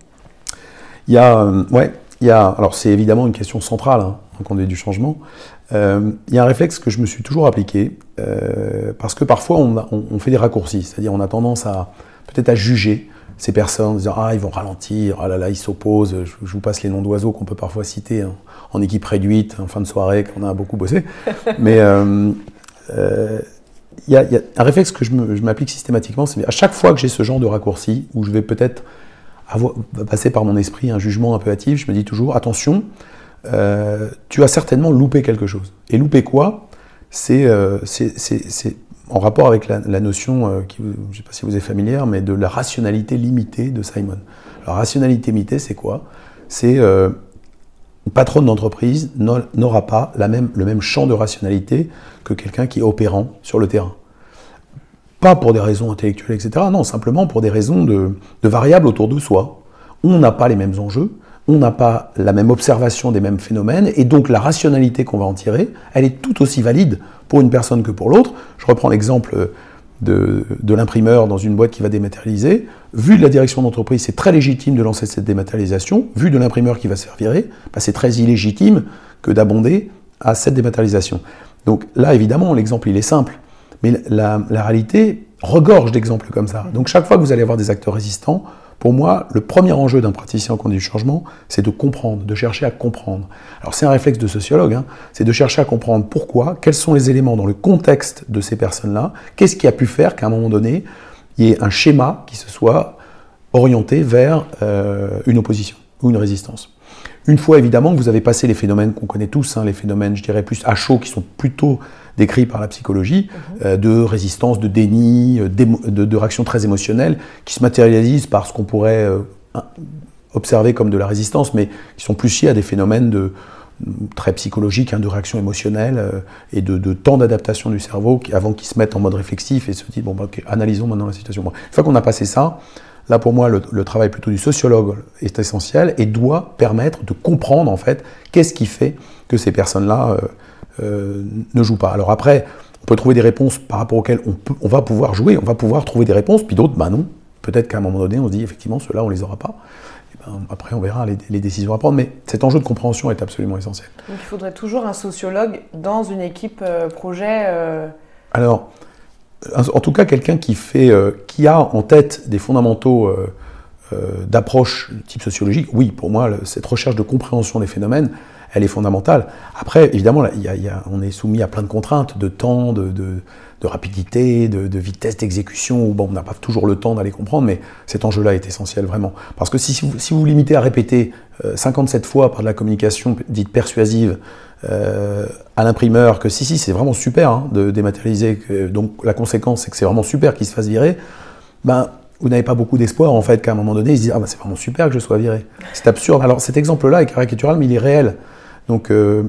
Alors c'est évidemment une question centrale quand on est du changement. Il y a un réflexe que je me suis toujours appliqué, parce que parfois on fait des raccourcis, c'est-à-dire on a tendance peut-être à juger ces personnes en disant ils vont ralentir, ah là là ils s'opposent, je vous passe les noms d'oiseaux qu'on peut parfois citer en équipe réduite, en fin de soirée, quand on a beaucoup bossé. Mais il y a un réflexe que je m'applique systématiquement, c'est à chaque fois que j'ai ce genre de raccourci, où je vais peut-être passer par mon esprit un jugement un peu hâtif, je me dis toujours, attention, tu as certainement loupé quelque chose. Et louper quoi ? C'est en rapport avec la notion, je ne sais pas si vous êtes familière, mais de la rationalité limitée de Simon. La rationalité limitée, c'est quoi ? C'est une patronne d'entreprise n'aura pas le même champ de rationalité que quelqu'un qui est opérant sur le terrain. Pas pour des raisons intellectuelles, etc. Non, simplement pour des raisons de variables autour de soi. On n'a pas les mêmes enjeux, on n'a pas la même observation des mêmes phénomènes, et donc la rationalité qu'on va en tirer, elle est tout aussi valide pour une personne que pour l'autre. Je reprends l'exemple de l'imprimeur dans une boîte qui va dématérialiser. Vu de la direction d'entreprise, c'est très légitime de lancer cette dématérialisation. Vu de l'imprimeur qui va se faire virer, c'est très illégitime que d'abonder à cette dématérialisation. Donc là, évidemment, l'exemple, il est simple. Mais la réalité regorge d'exemples comme ça. Donc chaque fois que vous allez avoir des acteurs résistants, pour moi, le premier enjeu d'un praticien en conduite du changement, c'est de comprendre, de chercher à comprendre. Alors c'est un réflexe de sociologue, c'est de chercher à comprendre pourquoi, quels sont les éléments dans le contexte de ces personnes-là, qu'est-ce qui a pu faire qu'à un moment donné, il y ait un schéma qui se soit orienté vers une opposition ou une résistance. Une fois évidemment que vous avez passé les phénomènes qu'on connaît tous, les phénomènes, je dirais, plus à chaud, qui sont plutôt décrits par la psychologie, de résistance, de déni, de réactions très émotionnelles, qui se matérialisent par ce qu'on pourrait observer comme de la résistance, mais qui sont plus liés à des phénomènes très psychologiques, de réaction émotionnelle et de temps d'adaptation du cerveau avant qu'il se mette en mode réflexif et se dise, ok, analysons maintenant la situation. Une fois qu'on a passé ça, là, pour moi, le travail plutôt du sociologue est essentiel et doit permettre de comprendre, en fait, qu'est-ce qui fait que ces personnes-là ne jouent pas. Alors après, on peut trouver des réponses par rapport auxquelles on va pouvoir jouer, on va pouvoir trouver des réponses, puis d'autres, non. Peut-être qu'à un moment donné, on se dit, effectivement, ceux-là, on ne les aura pas. Et après, on verra les décisions à prendre. Mais cet enjeu de compréhension est absolument essentiel. Donc, il faudrait toujours un sociologue dans une équipe projet Alors, en tout cas, quelqu'un qui a en tête des fondamentaux d'approche type sociologique, oui, pour moi, cette recherche de compréhension des phénomènes, elle est fondamentale. Après, évidemment, là, on est soumis à plein de contraintes, de temps, de rapidité, de vitesse d'exécution, où on n'a pas toujours le temps d'aller comprendre, mais cet enjeu-là est essentiel, vraiment. Parce que si vous vous limitez à répéter 57 fois par de la communication dite persuasive, à l'imprimeur que si c'est vraiment super de dématérialiser, donc la conséquence c'est que c'est vraiment super qu'il se fasse virer, vous n'avez pas beaucoup d'espoir en fait qu'à un moment donné ils se disent c'est vraiment super que je sois viré. C'est absurde. Alors cet exemple-là est caricatural mais il est réel. Donc,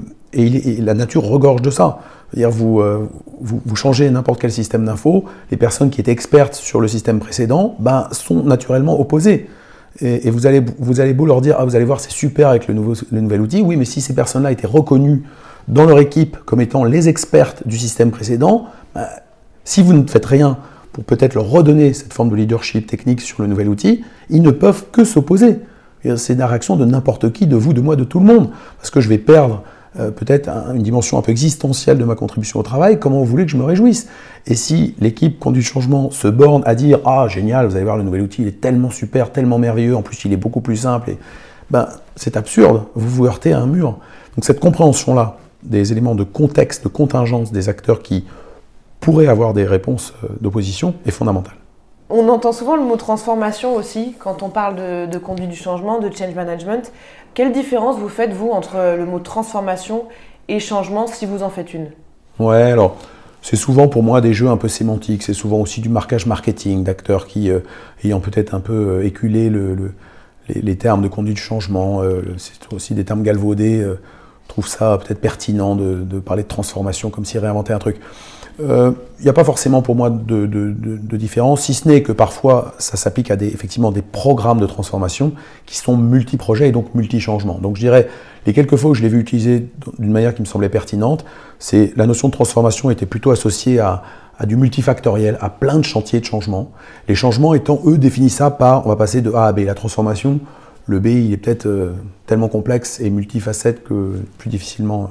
et la nature regorge de ça. C'est-à-dire vous changez n'importe quel système d'info, les personnes qui étaient expertes sur le système précédent sont naturellement opposées. Et vous allez beau leur dire, vous allez voir, c'est super avec le nouvel outil. Oui, mais si ces personnes-là étaient reconnues dans leur équipe comme étant les expertes du système précédent, si vous ne faites rien pour peut-être leur redonner cette forme de leadership technique sur le nouvel outil, ils ne peuvent que s'opposer. C'est la réaction de n'importe qui, de vous, de moi, de tout le monde. Parce que je vais perdre peut-être une dimension un peu existentielle de ma contribution au travail, comment vous voulez que je me réjouisse? Et si l'équipe conduit le changement se borne à dire « Ah, génial, vous allez voir, le nouvel outil, il est tellement super, tellement merveilleux, en plus il est beaucoup plus simple. » c'est absurde, vous vous heurtez à un mur. Donc cette compréhension-là, des éléments de contexte, de contingence des acteurs qui pourraient avoir des réponses d'opposition, est fondamentale. On entend souvent le mot transformation aussi, quand on parle de conduite du changement, de change management. Quelle différence vous faites, vous, entre le mot transformation et changement, si vous en faites une? Ouais, alors, c'est souvent pour moi des jeux un peu sémantiques, c'est souvent aussi du marquage marketing d'acteurs qui, ayant peut-être un peu éculé les termes de conduite du changement, c'est aussi des termes galvaudés, trouvent ça peut-être pertinent de parler de transformation comme s'ils réinventaient un truc. Il n'y a pas forcément pour moi de différence, si ce n'est que parfois ça s'applique à effectivement des programmes de transformation qui sont multi-projets et donc multi-changements. Donc je dirais, les quelques fois où je l'ai vu utiliser d'une manière qui me semblait pertinente, c'est la notion de transformation était plutôt associée à du multifactoriel, à plein de chantiers de changement. Les changements étant, eux, définis ça par, on va passer de A à B. La transformation, le B, il est peut-être tellement complexe et multifacette que plus difficilement,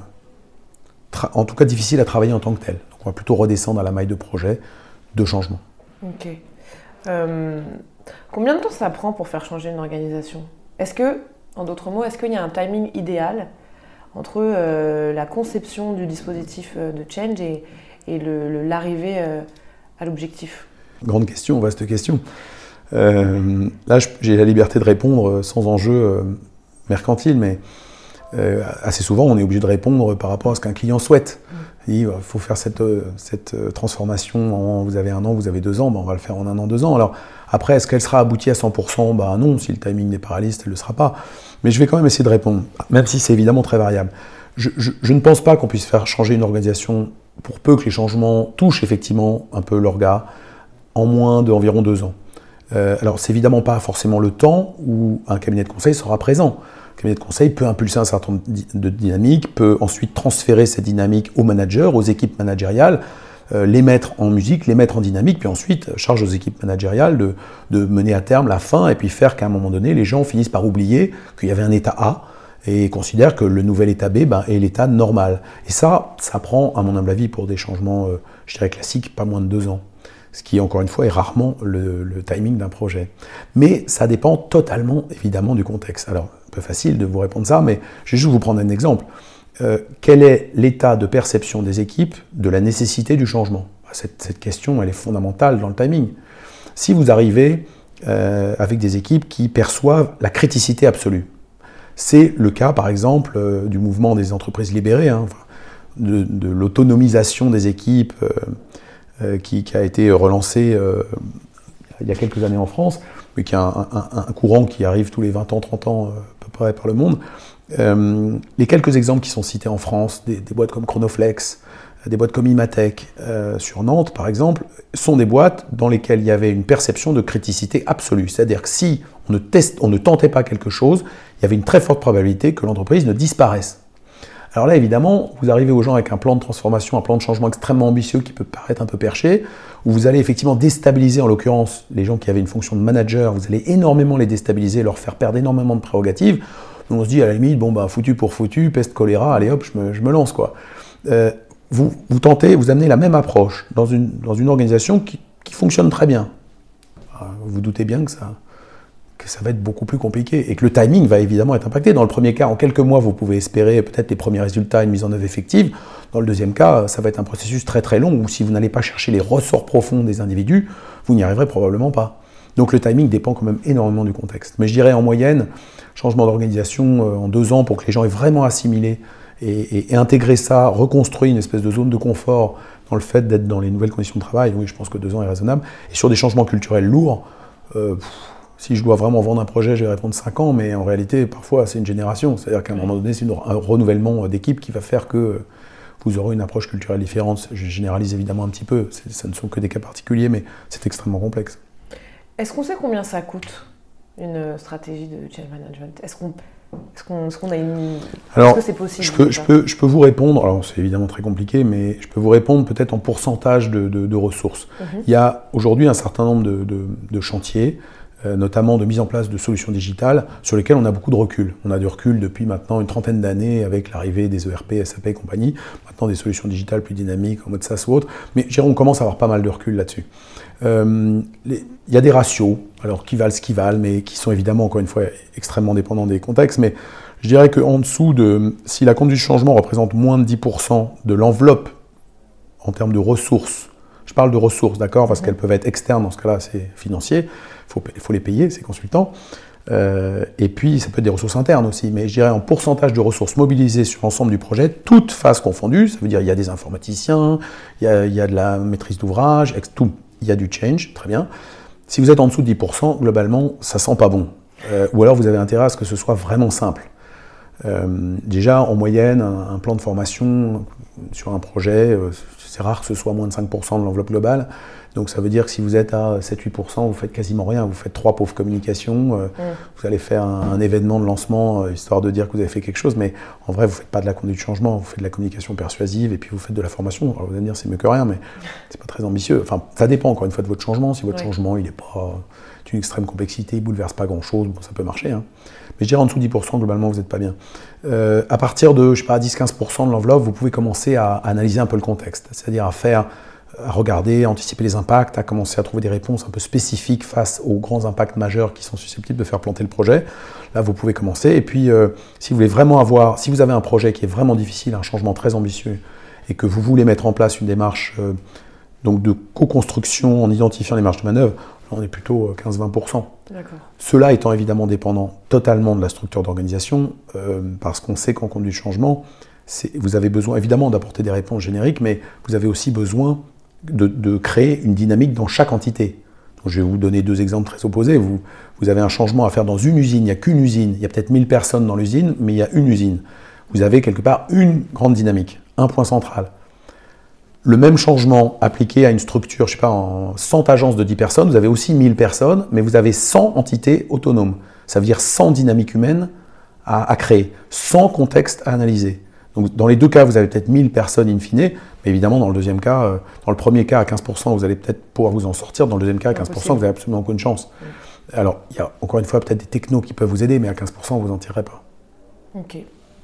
en tout cas difficile à travailler en tant que tel. On va plutôt redescendre à la maille de projet, de changement. Ok. Combien de temps ça prend pour faire changer une organisation? Est-ce que, en d'autres mots, est-ce qu'il y a un timing idéal entre la conception du dispositif de change et l'arrivée à l'objectif? Grande question, vaste question. Là, j'ai la liberté de répondre sans enjeu mercantile, mais assez souvent, on est obligé de répondre par rapport à ce qu'un client souhaite. Il faut faire cette transformation, vous avez 1 an, vous avez 2 ans, on va le faire en 1 an, 2 ans. Alors après, est-ce qu'elle sera aboutie à 100%? Non, si le timing n'est pas réaliste, elle ne le sera pas. Mais je vais quand même essayer de répondre, même si c'est évidemment très variable. Je ne pense pas qu'on puisse faire changer une organisation, pour peu que les changements touchent effectivement un peu l'orga, en moins d'environ 2 ans. Alors c'est évidemment pas forcément le temps où un cabinet de conseil sera présent. Le cabinet de conseil peut impulser un certain nombre de dynamiques, peut ensuite transférer cette dynamique aux managers, aux équipes managériales, les mettre en musique, les mettre en dynamique, puis ensuite charge aux équipes managériales de mener à terme la fin et puis faire qu'à un moment donné, les gens finissent par oublier qu'il y avait un état A et considèrent que le nouvel état B est l'état normal. Et ça prend, à mon humble avis, pour des changements, je dirais classiques, pas moins de 2 ans. Ce qui, encore une fois, est rarement le timing d'un projet. Mais ça dépend totalement, évidemment, du contexte. Alors, un peu facile de vous répondre ça, mais je vais juste vous prendre un exemple. Quel est l'état de perception des équipes de la nécessité du changement? Cette question, elle est fondamentale dans le timing. Si vous arrivez avec des équipes qui perçoivent la criticité absolue. C'est le cas, par exemple, du mouvement des entreprises libérées, de l'autonomisation des équipes qui a été relancé il y a quelques années en France, mais qui est un courant qui arrive tous les 20 ans, 30 ans à peu près par le monde. Les quelques exemples qui sont cités en France, des boîtes comme Chronoflex, des boîtes comme Imatech sur Nantes, par exemple, sont des boîtes dans lesquelles il y avait une perception de criticité absolue. C'est-à-dire que si on ne tentait pas quelque chose, il y avait une très forte probabilité que l'entreprise ne disparaisse. Alors là, évidemment, vous arrivez aux gens avec un plan de transformation, un plan de changement extrêmement ambitieux qui peut paraître un peu perché, où vous allez effectivement déstabiliser, en l'occurrence, les gens qui avaient une fonction de manager, vous allez énormément les déstabiliser, leur faire perdre énormément de prérogatives. Donc on se dit, à la limite, foutu pour foutu, peste, choléra, allez hop, je me lance, quoi. Vous tentez, vous amenez la même approche dans une organisation qui fonctionne très bien. Vous doutez bien que ça va être beaucoup plus compliqué et que le timing va évidemment être impacté. Dans le premier cas, en quelques mois, vous pouvez espérer peut-être les premiers résultats, une mise en œuvre effective. Dans le deuxième cas, ça va être un processus très très long où si vous n'allez pas chercher les ressorts profonds des individus, vous n'y arriverez probablement pas. Donc le timing dépend quand même énormément du contexte. Mais je dirais en moyenne, changement d'organisation en 2 ans pour que les gens aient vraiment assimilé et intégrer ça, reconstruire une espèce de zone de confort dans le fait d'être dans les nouvelles conditions de travail, oui, je pense que 2 ans est raisonnable. Et sur des changements culturels lourds, si je dois vraiment vendre un projet, je vais répondre 5 ans, mais en réalité, parfois, c'est une génération. C'est-à-dire qu'à un moment donné, c'est un renouvellement d'équipe qui va faire que vous aurez une approche culturelle différente. Je généralise évidemment un petit peu, ça ne sont que des cas particuliers, mais c'est extrêmement complexe. Est-ce qu'on sait combien ça coûte, une stratégie de change management ? Est-ce qu'on a une... Alors, est-ce que c'est possible je peux vous répondre, alors c'est évidemment très compliqué, mais je peux vous répondre peut-être en pourcentage de ressources. Il y a aujourd'hui un certain nombre de chantiers, notamment de mise en place de solutions digitales, sur lesquelles on a beaucoup de recul. On a du recul depuis maintenant une 30aine d'années avec l'arrivée des ERP, SAP et compagnie, maintenant des solutions digitales plus dynamiques en mode SaaS ou autre, mais je dirais on commence à avoir pas mal de recul là-dessus. Il y a des ratios, alors qui valent ce qu'ils valent, mais qui sont évidemment, encore une fois, extrêmement dépendants des contextes, mais je dirais qu'en dessous si la conduite du changement représente moins de 10% de l'enveloppe en termes de ressources, je parle de ressources, d'accord, parce qu'elles peuvent être externes, dans ce cas-là, c'est financier, il faut les payer, ces consultants, et puis ça peut être des ressources internes aussi, mais je dirais en pourcentage de ressources mobilisées sur l'ensemble du projet, toutes phases confondues, ça veut dire il y a des informaticiens, il y a de la maîtrise d'ouvrage, tout. Il y a du change, très bien. Si vous êtes en dessous de 10%, globalement, ça sent pas bon. Ou alors vous avez intérêt à ce que ce soit vraiment simple. Déjà, en moyenne, un plan de formation sur un projet, c'est rare que ce soit moins de 5% de l'enveloppe globale. Donc ça veut dire que si vous êtes à 7-8%, vous faites quasiment rien. Vous faites 3 pauvres communications, vous allez faire un événement de lancement, histoire de dire que vous avez fait quelque chose, mais en vrai, vous ne faites pas de la conduite de changement, vous faites de la communication persuasive et puis vous faites de la formation. Alors vous allez me dire, c'est mieux que rien, mais c'est pas très ambitieux. Enfin, ça dépend encore une fois de votre changement. Si votre changement, il n'est pas d'une extrême complexité, il ne bouleverse pas grand-chose, bon, ça peut marcher. Mais je dirais en dessous de 10%, globalement, vous n'êtes pas bien. À partir de, 10-15% de l'enveloppe, vous pouvez commencer à analyser un peu le contexte, c'est-à-dire à regarder, à anticiper les impacts, à commencer à trouver des réponses un peu spécifiques face aux grands impacts majeurs qui sont susceptibles de faire planter le projet. Là, vous pouvez commencer. Et puis, si vous avez un projet qui est vraiment difficile, un changement très ambitieux, et que vous voulez mettre en place une démarche donc de co-construction en identifiant les marges de manœuvre, là, on est plutôt 15-20%. D'accord. Cela étant évidemment dépendant totalement de la structure d'organisation, parce qu'on sait qu'en conduite du changement, vous avez besoin évidemment d'apporter des réponses génériques, mais vous avez aussi besoin de créer une dynamique dans chaque entité. Donc, je vais vous donner 2 exemples très opposés. Vous avez un changement à faire dans une usine, il n'y a qu'une usine, il y a peut-être 1000 personnes dans l'usine, mais il y a une usine. Vous avez quelque part une grande dynamique, un point central. Le même changement appliqué à une structure, en 100 agences de 10 personnes, vous avez aussi 1000 personnes, mais vous avez 100 entités autonomes. Ça veut dire 100 dynamiques humaines à créer, 100 contextes à analyser. Donc, dans les 2 cas, vous avez peut-être 1000 personnes in fine, mais évidemment, dans le premier cas, à 15%, vous allez peut-être pouvoir vous en sortir. Dans le deuxième cas, à 15%, vous n'avez absolument aucune chance. Alors, il y a encore une fois peut-être des technos qui peuvent vous aider, mais à 15%, vous n'en tirerez pas. Ok.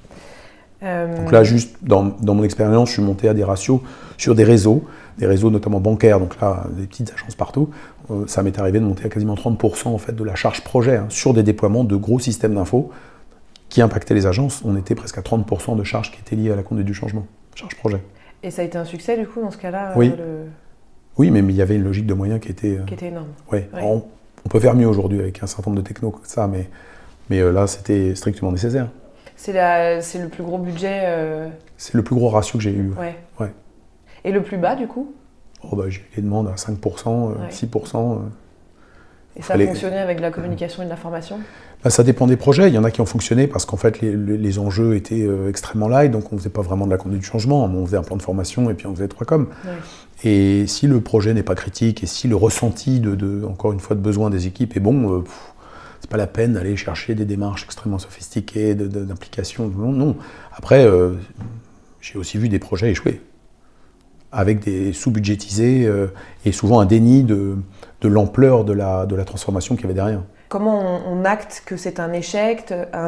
Donc là, juste dans mon expérience, je suis monté à des ratios sur des réseaux notamment bancaires, donc là, des petites agences partout. Ça m'est arrivé de monter à quasiment 30% en fait, de la charge projet sur des déploiements de gros systèmes d'infos qui impactaient les agences. On était presque à 30% de charges qui étaient liées à la conduite du changement, charge projet. Et ça a été un succès du coup dans ce cas-là Oui. Oui, mais il y avait une logique de moyens qui était énorme. Oui. On peut faire mieux aujourd'hui avec un certain nombre de technos comme ça, mais là, c'était strictement nécessaire. C'est le plus gros budget C'est le plus gros ratio que j'ai eu. Ouais. Et le plus bas, du coup? J'ai eu des demandes à 5%, 6%. Et ça a fonctionné avec de la communication et de l'information? Ça dépend des projets. Il y en a qui ont fonctionné parce qu'en fait, les enjeux étaient extrêmement light, donc on ne faisait pas vraiment de la conduite du changement. On faisait un plan de formation et puis on faisait 3 coms. Ouais. Et si le projet n'est pas critique et si le ressenti, encore une fois, de besoin des équipes est bon, c'est pas la peine d'aller chercher des démarches extrêmement sophistiquées, d'implication. Non. Après, j'ai aussi vu des projets échouer, avec des sous-budgétisés et souvent un déni de l'ampleur de la transformation qu'il y avait derrière. Comment on acte que c'est un échec,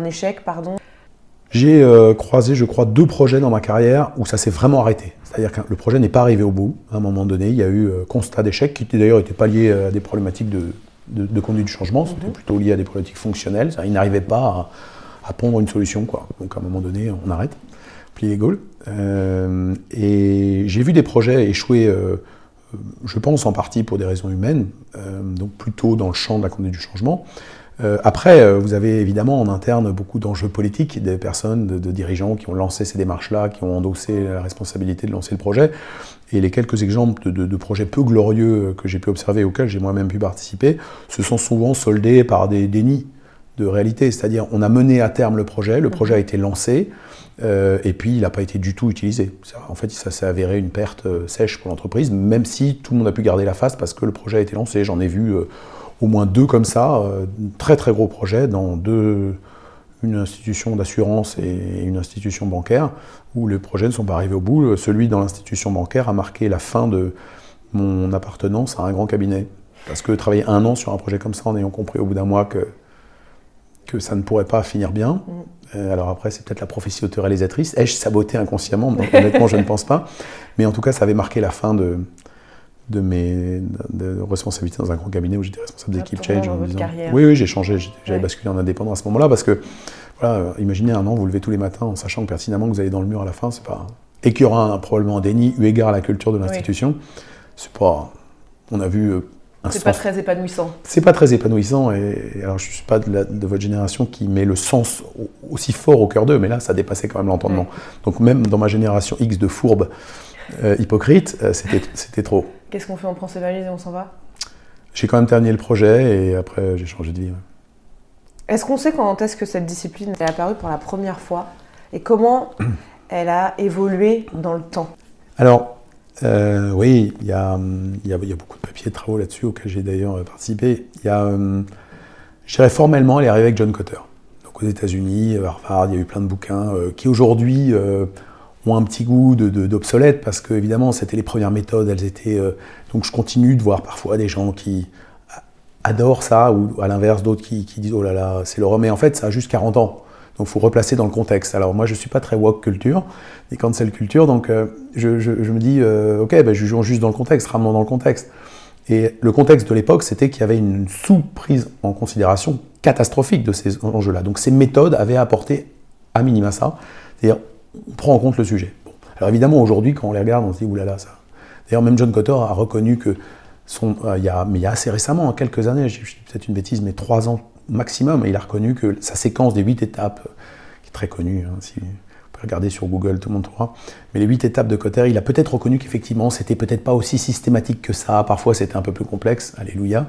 J'ai croisé, je crois, 2 projets dans ma carrière où ça s'est vraiment arrêté. C'est-à-dire que le projet n'est pas arrivé au bout. À un moment donné, il y a eu constat d'échec, qui d'ailleurs n'était pas lié à des problématiques de conduite du changement, c'était plutôt lié à des problématiques fonctionnelles. Ils n'arrivaient pas à pondre une solution, quoi. Donc à un moment donné, on arrête, plie les gaules. Et j'ai vu des projets échouer, je pense en partie pour des raisons humaines, donc plutôt dans le champ de la conduite du changement. Après, vous avez évidemment en interne beaucoup d'enjeux politiques, des personnes, de dirigeants qui ont lancé ces démarches-là, qui ont endossé la responsabilité de lancer le projet. Et les quelques exemples de projets peu glorieux que j'ai pu observer, auxquels j'ai moi-même pu participer, se sont souvent soldés par des dénis de réalité. C'est-à-dire, on a mené à terme le projet a été lancé, et puis il n'a pas été du tout utilisé. En fait, ça s'est avéré une perte sèche pour l'entreprise, même si tout le monde a pu garder la face parce que le projet a été lancé. J'en ai vu au moins 2 comme ça, très très gros projets dans une institution d'assurance et une institution bancaire, où les projets ne sont pas arrivés au bout. Celui dans l'institution bancaire a marqué la fin de mon appartenance à un grand cabinet. Parce que travailler 1 an sur un projet comme ça, en ayant compris au bout d'un mois que ça ne pourrait pas finir bien. Alors après, c'est peut-être la prophétie autoréalisatrice. Ai-je saboté inconsciemment? Honnêtement, je ne pense pas. Mais en tout cas, ça avait marqué la fin de mes responsabilités dans un grand cabinet où j'étais responsable d'équipe change. En disant, oui, j'ai changé, j'avais basculé en indépendant à ce moment-là parce que, voilà, imaginez 1 an, vous levez tous les matins en sachant pertinemment que vous allez dans le mur à la fin, c'est pas... Et qu'il y aura probablement un déni eu égard à la culture de l'institution. C'est pas... On a vu... C'est pas très épanouissant. C'est pas très épanouissant, et alors je suis pas de votre génération qui met le sens aussi fort au cœur d'eux, mais là, ça dépassait quand même l'entendement. Donc même dans ma génération X de fourbes, hypocrite, c'était trop. Qu'est-ce qu'on fait? On prend ses valises et on s'en va? J'ai quand même terminé le projet et après j'ai changé de vie. Ouais. Est-ce qu'on sait quand est-ce que cette discipline est apparue pour la première fois et comment elle a évolué dans le temps? Alors, oui, il y a beaucoup de papiers de travaux là-dessus auxquels j'ai d'ailleurs participé. Je dirais formellement, elle est arrivée avec John Kotter. Donc aux États-Unis, Harvard, il y a eu plein de bouquins qui aujourd'hui ont un petit goût d'obsolète parce que évidemment c'était les premières méthodes, elles étaient donc je continue de voir parfois des gens qui adorent ça ou à l'inverse d'autres qui disent oh là là c'est l'horreur, mais en fait ça a juste 40 ans donc il faut replacer dans le contexte. Alors moi je suis pas très woke culture et cancel culture, donc je me dis ok, jugeons juste dans le contexte, ramenons dans le contexte. Et le contexte de l'époque, c'était qu'il y avait une sous-prise en considération catastrophique de ces enjeux-là. Donc ces méthodes avaient apporté à minima ça, c'est-à-dire on prend en compte le sujet. Bon. Alors évidemment, aujourd'hui, quand on les regarde, on se dit « oulala, ça ». D'ailleurs, même John Kotter a reconnu que, il y a assez récemment, quelques années, je dis peut-être une bêtise, mais 3 ans maximum, il a reconnu que sa séquence des 8 étapes, qui est très connue, si vous pouvez regarder sur Google, tout le monde trouvera, mais les 8 étapes de Kotter, il a peut-être reconnu qu'effectivement, c'était peut-être pas aussi systématique que ça, parfois c'était un peu plus complexe, alléluia,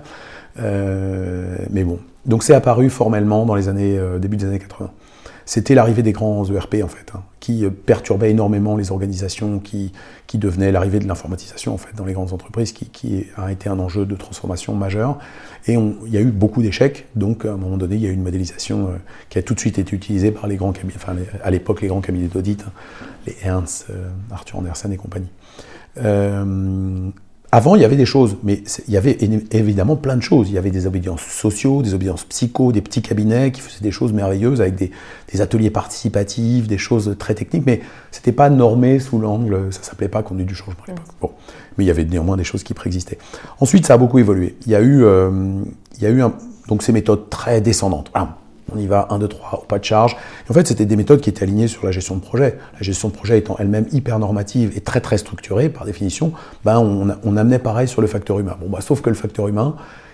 mais bon. Donc c'est apparu formellement dans les années, début des années 80. C'était l'arrivée des grands ERP en fait, qui perturbait énormément les organisations, qui devenait l'arrivée de l'informatisation en fait dans les grandes entreprises, qui a été un enjeu de transformation majeur. Et il y a eu beaucoup d'échecs, donc à un moment donné, il y a eu une modélisation qui a tout de suite été utilisée par les grands cabinets, enfin à l'époque les grands cabinets d'audit, les Ernst, Arthur Andersen et compagnie. Avant, il y avait des choses, mais il y avait évidemment plein de choses. Il y avait des obédiences sociaux, des obédiences psycho, des petits cabinets qui faisaient des choses merveilleuses avec des ateliers participatifs, des choses très techniques, mais c'était pas normé sous l'angle, ça s'appelait pas conduite du changement à l'époque. Bon. Mais il y avait néanmoins des choses qui préexistaient. Ensuite, ça a beaucoup évolué. Il y a eu donc ces méthodes très descendantes. Voilà. On y va, 1, 2, 3, au pas de charge. Et en fait, c'était des méthodes qui étaient alignées sur la gestion de projet. La gestion de projet étant elle-même hyper normative et très très structurée, par définition, on amenait pareil sur le facteur humain. Bon, sauf que le facteur humain,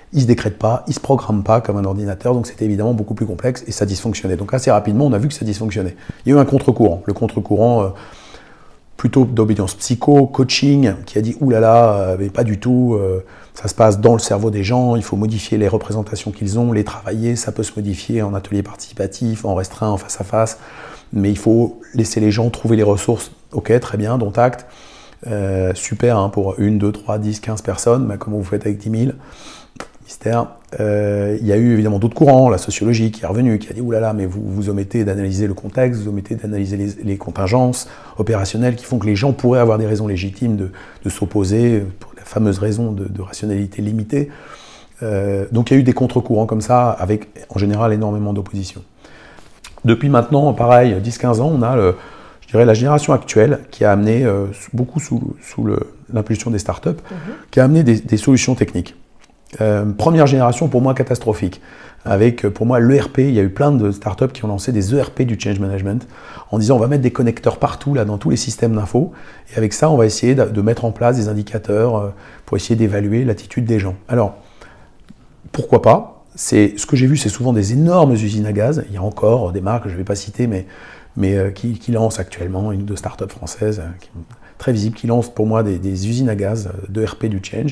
il se décrète pas, il se programme pas comme un ordinateur, donc c'était évidemment beaucoup plus complexe et ça dysfonctionnait. Donc assez rapidement, on a vu que ça dysfonctionnait. Il y a eu un contre-courant. Le contre-courant plutôt d'obédience psycho, coaching, qui a dit « oulala, mais pas du tout, ça se passe dans le cerveau des gens, il faut modifier les représentations qu'ils ont, les travailler, ça peut se modifier en atelier participatif, en restreint, en face à face, mais il faut laisser les gens trouver les ressources. Ok, très bien, dont acte. Super hein, pour 1, 2, 3, 10, 15 personnes, mais comment vous faites avec 10 000 ? Mystère. Il y a eu évidemment d'autres courants, la sociologie qui est revenue, qui a dit « oulala, mais vous omettez d'analyser le contexte, vous omettez d'analyser les contingences opérationnelles qui font que les gens pourraient avoir des raisons légitimes de s'opposer, pour la fameuse raison de rationalité limitée. » Donc il y a eu des contre-courants comme ça, avec en général énormément d'opposition. Depuis maintenant, pareil, 10-15 ans, on a je dirais la génération actuelle qui a amené, beaucoup sous l'impulsion des startups, qui a amené des solutions techniques. Première génération, pour moi, catastrophique. Avec, pour moi, l'ERP, il y a eu plein de startups qui ont lancé des ERP du change management en disant on va mettre des connecteurs partout, là, dans tous les systèmes d'info, et avec ça, on va essayer de mettre en place des indicateurs pour essayer d'évaluer l'attitude des gens. Alors, pourquoi pas ? Ce que j'ai vu, c'est souvent des énormes usines à gaz. Il y a encore des marques, je ne vais pas citer, mais qui lancent actuellement, une ou deux startups françaises, très visibles, qui lancent pour moi des usines à gaz d'ERP du change.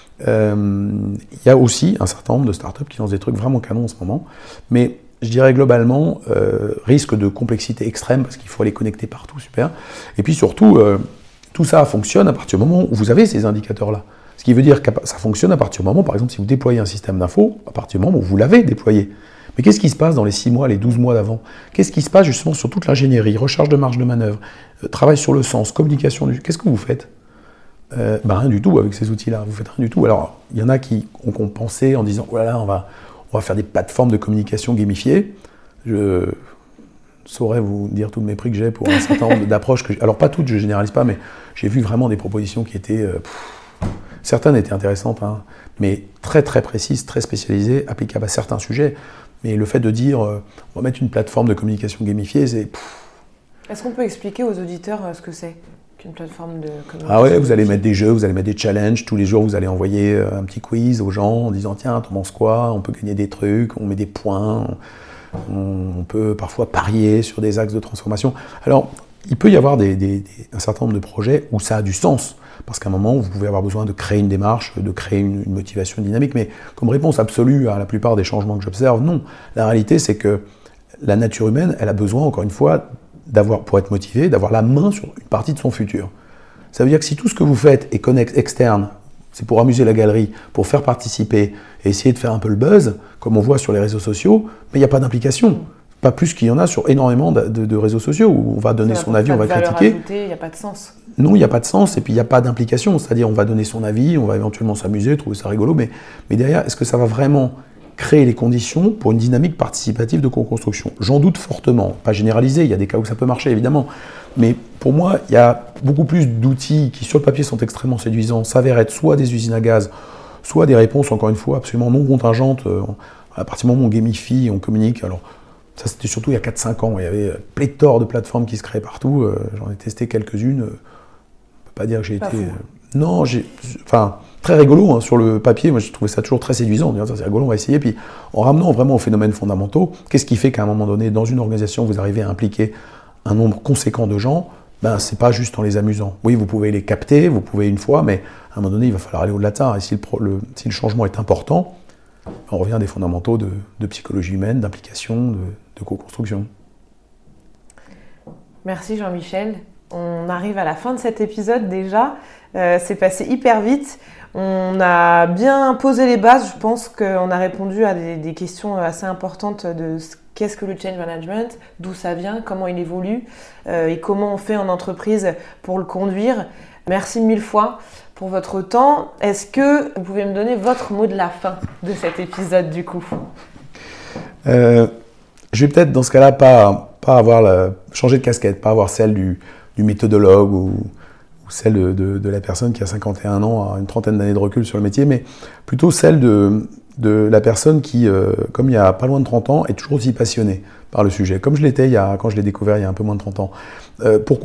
Il y a aussi un certain nombre de startups qui lancent des trucs vraiment canons en ce moment, mais je dirais globalement, risque de complexité extrême parce qu'il faut les connecter partout, super. Et puis surtout, tout ça fonctionne à partir du moment où vous avez ces indicateurs-là. Ce qui veut dire que ça fonctionne à partir du moment, par exemple, si vous déployez un système d'info, à partir du moment où vous l'avez déployé. Mais qu'est-ce qui se passe dans les 6 mois, les 12 mois d'avant ? Qu'est-ce qui se passe justement sur toute l'ingénierie, recherche de marge de manœuvre, travail sur le sens, communication qu'est-ce que vous faites ? Rien du tout avec ces outils-là, vous faites rien du tout. Alors, il y en a qui ont pensé en disant « voilà, on va faire des plateformes de communication gamifiées ». Je saurais vous dire tout le mépris que j'ai pour un certain nombre d'approches. Alors, pas toutes, je ne généralise pas, mais j'ai vu vraiment des propositions qui étaient... certaines étaient intéressantes, hein, mais très très précises, très spécialisées, applicables à certains sujets. Mais le fait de dire on va mettre une plateforme de communication gamifiée, c'est... Est-ce qu'on peut expliquer aux auditeurs ce que c'est qu'une plateforme de communication? Ah ouais, vous allez mettre des jeux, vous allez mettre des challenges. Tous les jours, vous allez envoyer un petit quiz aux gens en disant tiens, t'en penses quoi? On peut gagner des trucs, on met des points, on peut parfois parier sur des axes de transformation. Alors, il peut y avoir un certain nombre de projets où ça a du sens. Parce qu'à un moment, vous pouvez avoir besoin de créer une démarche, de créer une motivation dynamique. Mais comme réponse absolue à la plupart des changements que j'observe, non. La réalité, c'est que la nature humaine, elle a besoin, encore une fois, pour être motivée, d'avoir la main sur une partie de son futur. Ça veut dire que si tout ce que vous faites est externe, c'est pour amuser la galerie, pour faire participer et essayer de faire un peu le buzz, comme on voit sur les réseaux sociaux, mais il n'y a pas d'implication. Pas plus qu'il y en a sur énormément de réseaux sociaux où on va donner son avis, on va critiquer. Il n'y a pas de sens. Non, il n'y a pas de sens et puis il n'y a pas d'implication. C'est-à-dire on va donner son avis, on va éventuellement s'amuser, trouver ça rigolo, mais derrière, est-ce que ça va vraiment créer les conditions pour une dynamique participative de co-construction? J'en doute fortement. Pas généralisé, il y a des cas où ça peut marcher évidemment. Mais pour moi, il y a beaucoup plus d'outils qui sur le papier sont extrêmement séduisants, s'avèrent être soit des usines à gaz, soit des réponses, encore une fois, absolument non contingentes. À partir du moment où on gamifie, on communique. Alors, ça, c'était surtout il y a 4-5 ans. Il y avait pléthore de plateformes qui se créaient partout. J'en ai testé quelques-unes. On ne peut pas dire que j'ai été... Non, très rigolo hein, sur le papier. Moi, je trouvais ça toujours très séduisant. Ça, c'est rigolo, on va essayer. Puis, en ramenant vraiment aux phénomènes fondamentaux, qu'est-ce qui fait qu'à un moment donné, dans une organisation, vous arrivez à impliquer un nombre conséquent de gens? C'est pas juste en les amusant. Oui, vous pouvez les capter, vous pouvez une fois, mais à un moment donné, il va falloir aller au-delà de ça. Et si le changement est important, on revient à des fondamentaux de psychologie humaine, d'implication, de co-construction. Merci Jean-Michel. On arrive à la fin de cet épisode déjà. C'est passé hyper vite. On a bien posé les bases. Je pense qu'on a répondu à des questions assez importantes de qu'est-ce que le change management, d'où ça vient, comment il évolue et comment on fait en entreprise pour le conduire. Merci 1000 fois pour votre temps. Est-ce que vous pouvez me donner votre mot de la fin de cet épisode du coup? Je vais peut-être dans ce cas-là pas avoir changer de casquette, pas avoir celle du méthodologue ou celle de la personne qui a 51 ans, a une trentaine d'années de recul sur le métier, mais plutôt celle de la personne qui, comme il y a pas loin de 30 ans, est toujours aussi passionnée par le sujet, comme je l'étais quand je l'ai découvert il y a un peu moins de 30 ans. Pourquoi ?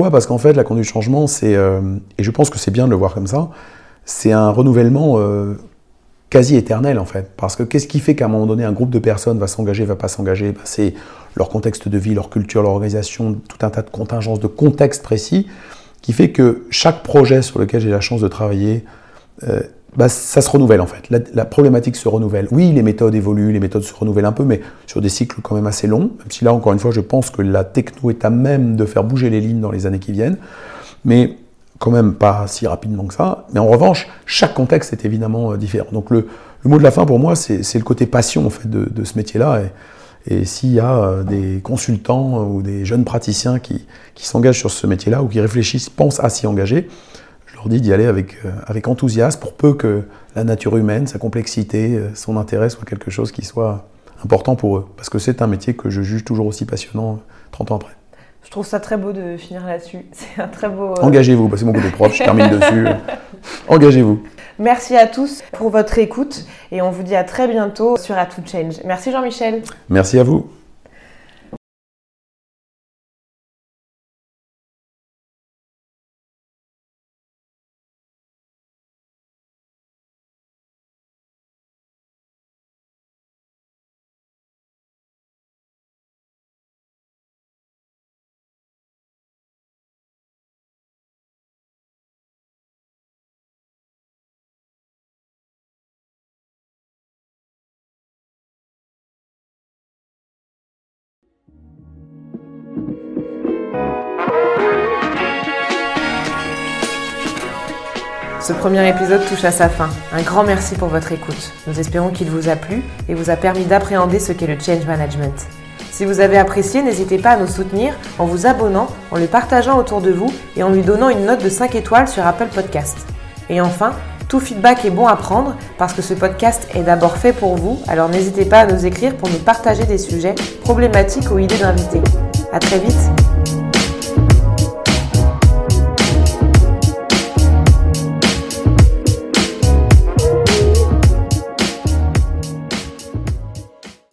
Parce qu'en fait, la conduite du changement, et je pense que c'est bien de le voir comme ça, c'est un renouvellement quasi éternel en fait. Parce que qu'est-ce qui fait qu'à un moment donné, un groupe de personnes va s'engager, va pas s'engager? C'est leur contexte de vie, leur culture, leur organisation, tout un tas de contingences, de contextes précis, qui fait que chaque projet sur lequel j'ai la chance de travailler, ça se renouvelle en fait. La problématique se renouvelle. Oui, les méthodes évoluent, les méthodes se renouvellent un peu, mais sur des cycles quand même assez longs. Même si là, encore une fois, je pense que la techno est à même de faire bouger les lignes dans les années qui viennent, mais quand même pas si rapidement que ça. Mais en revanche, chaque contexte est évidemment différent. Donc le mot de la fin pour moi, c'est le côté passion en fait de ce métier-là. Et s'il y a des consultants ou des jeunes praticiens qui s'engagent sur ce métier-là ou qui réfléchissent, pensent à s'y engager, je leur dis d'y aller avec enthousiasme pour peu que la nature humaine, sa complexité, son intérêt soit quelque chose qui soit important pour eux. Parce que c'est un métier que je juge toujours aussi passionnant 30 ans après. Je trouve ça très beau de finir là-dessus. C'est un très beau... Engagez-vous, c'est mon côté propre, je termine dessus. Engagez-vous. Merci à tous pour votre écoute et on vous dit à très bientôt sur A to Change. Merci Jean-Michel. Merci à vous. Ce premier épisode touche à sa fin. Un grand merci pour votre écoute. Nous espérons qu'il vous a plu et vous a permis d'appréhender ce qu'est le change management. Si vous avez apprécié, n'hésitez pas à nous soutenir en vous abonnant, en le partageant autour de vous et en lui donnant une note de 5 étoiles sur Apple Podcast. Et enfin, tout feedback est bon à prendre parce que ce podcast est d'abord fait pour vous, alors n'hésitez pas à nous écrire pour nous partager des sujets problématiques ou idées d'invités. À très vite.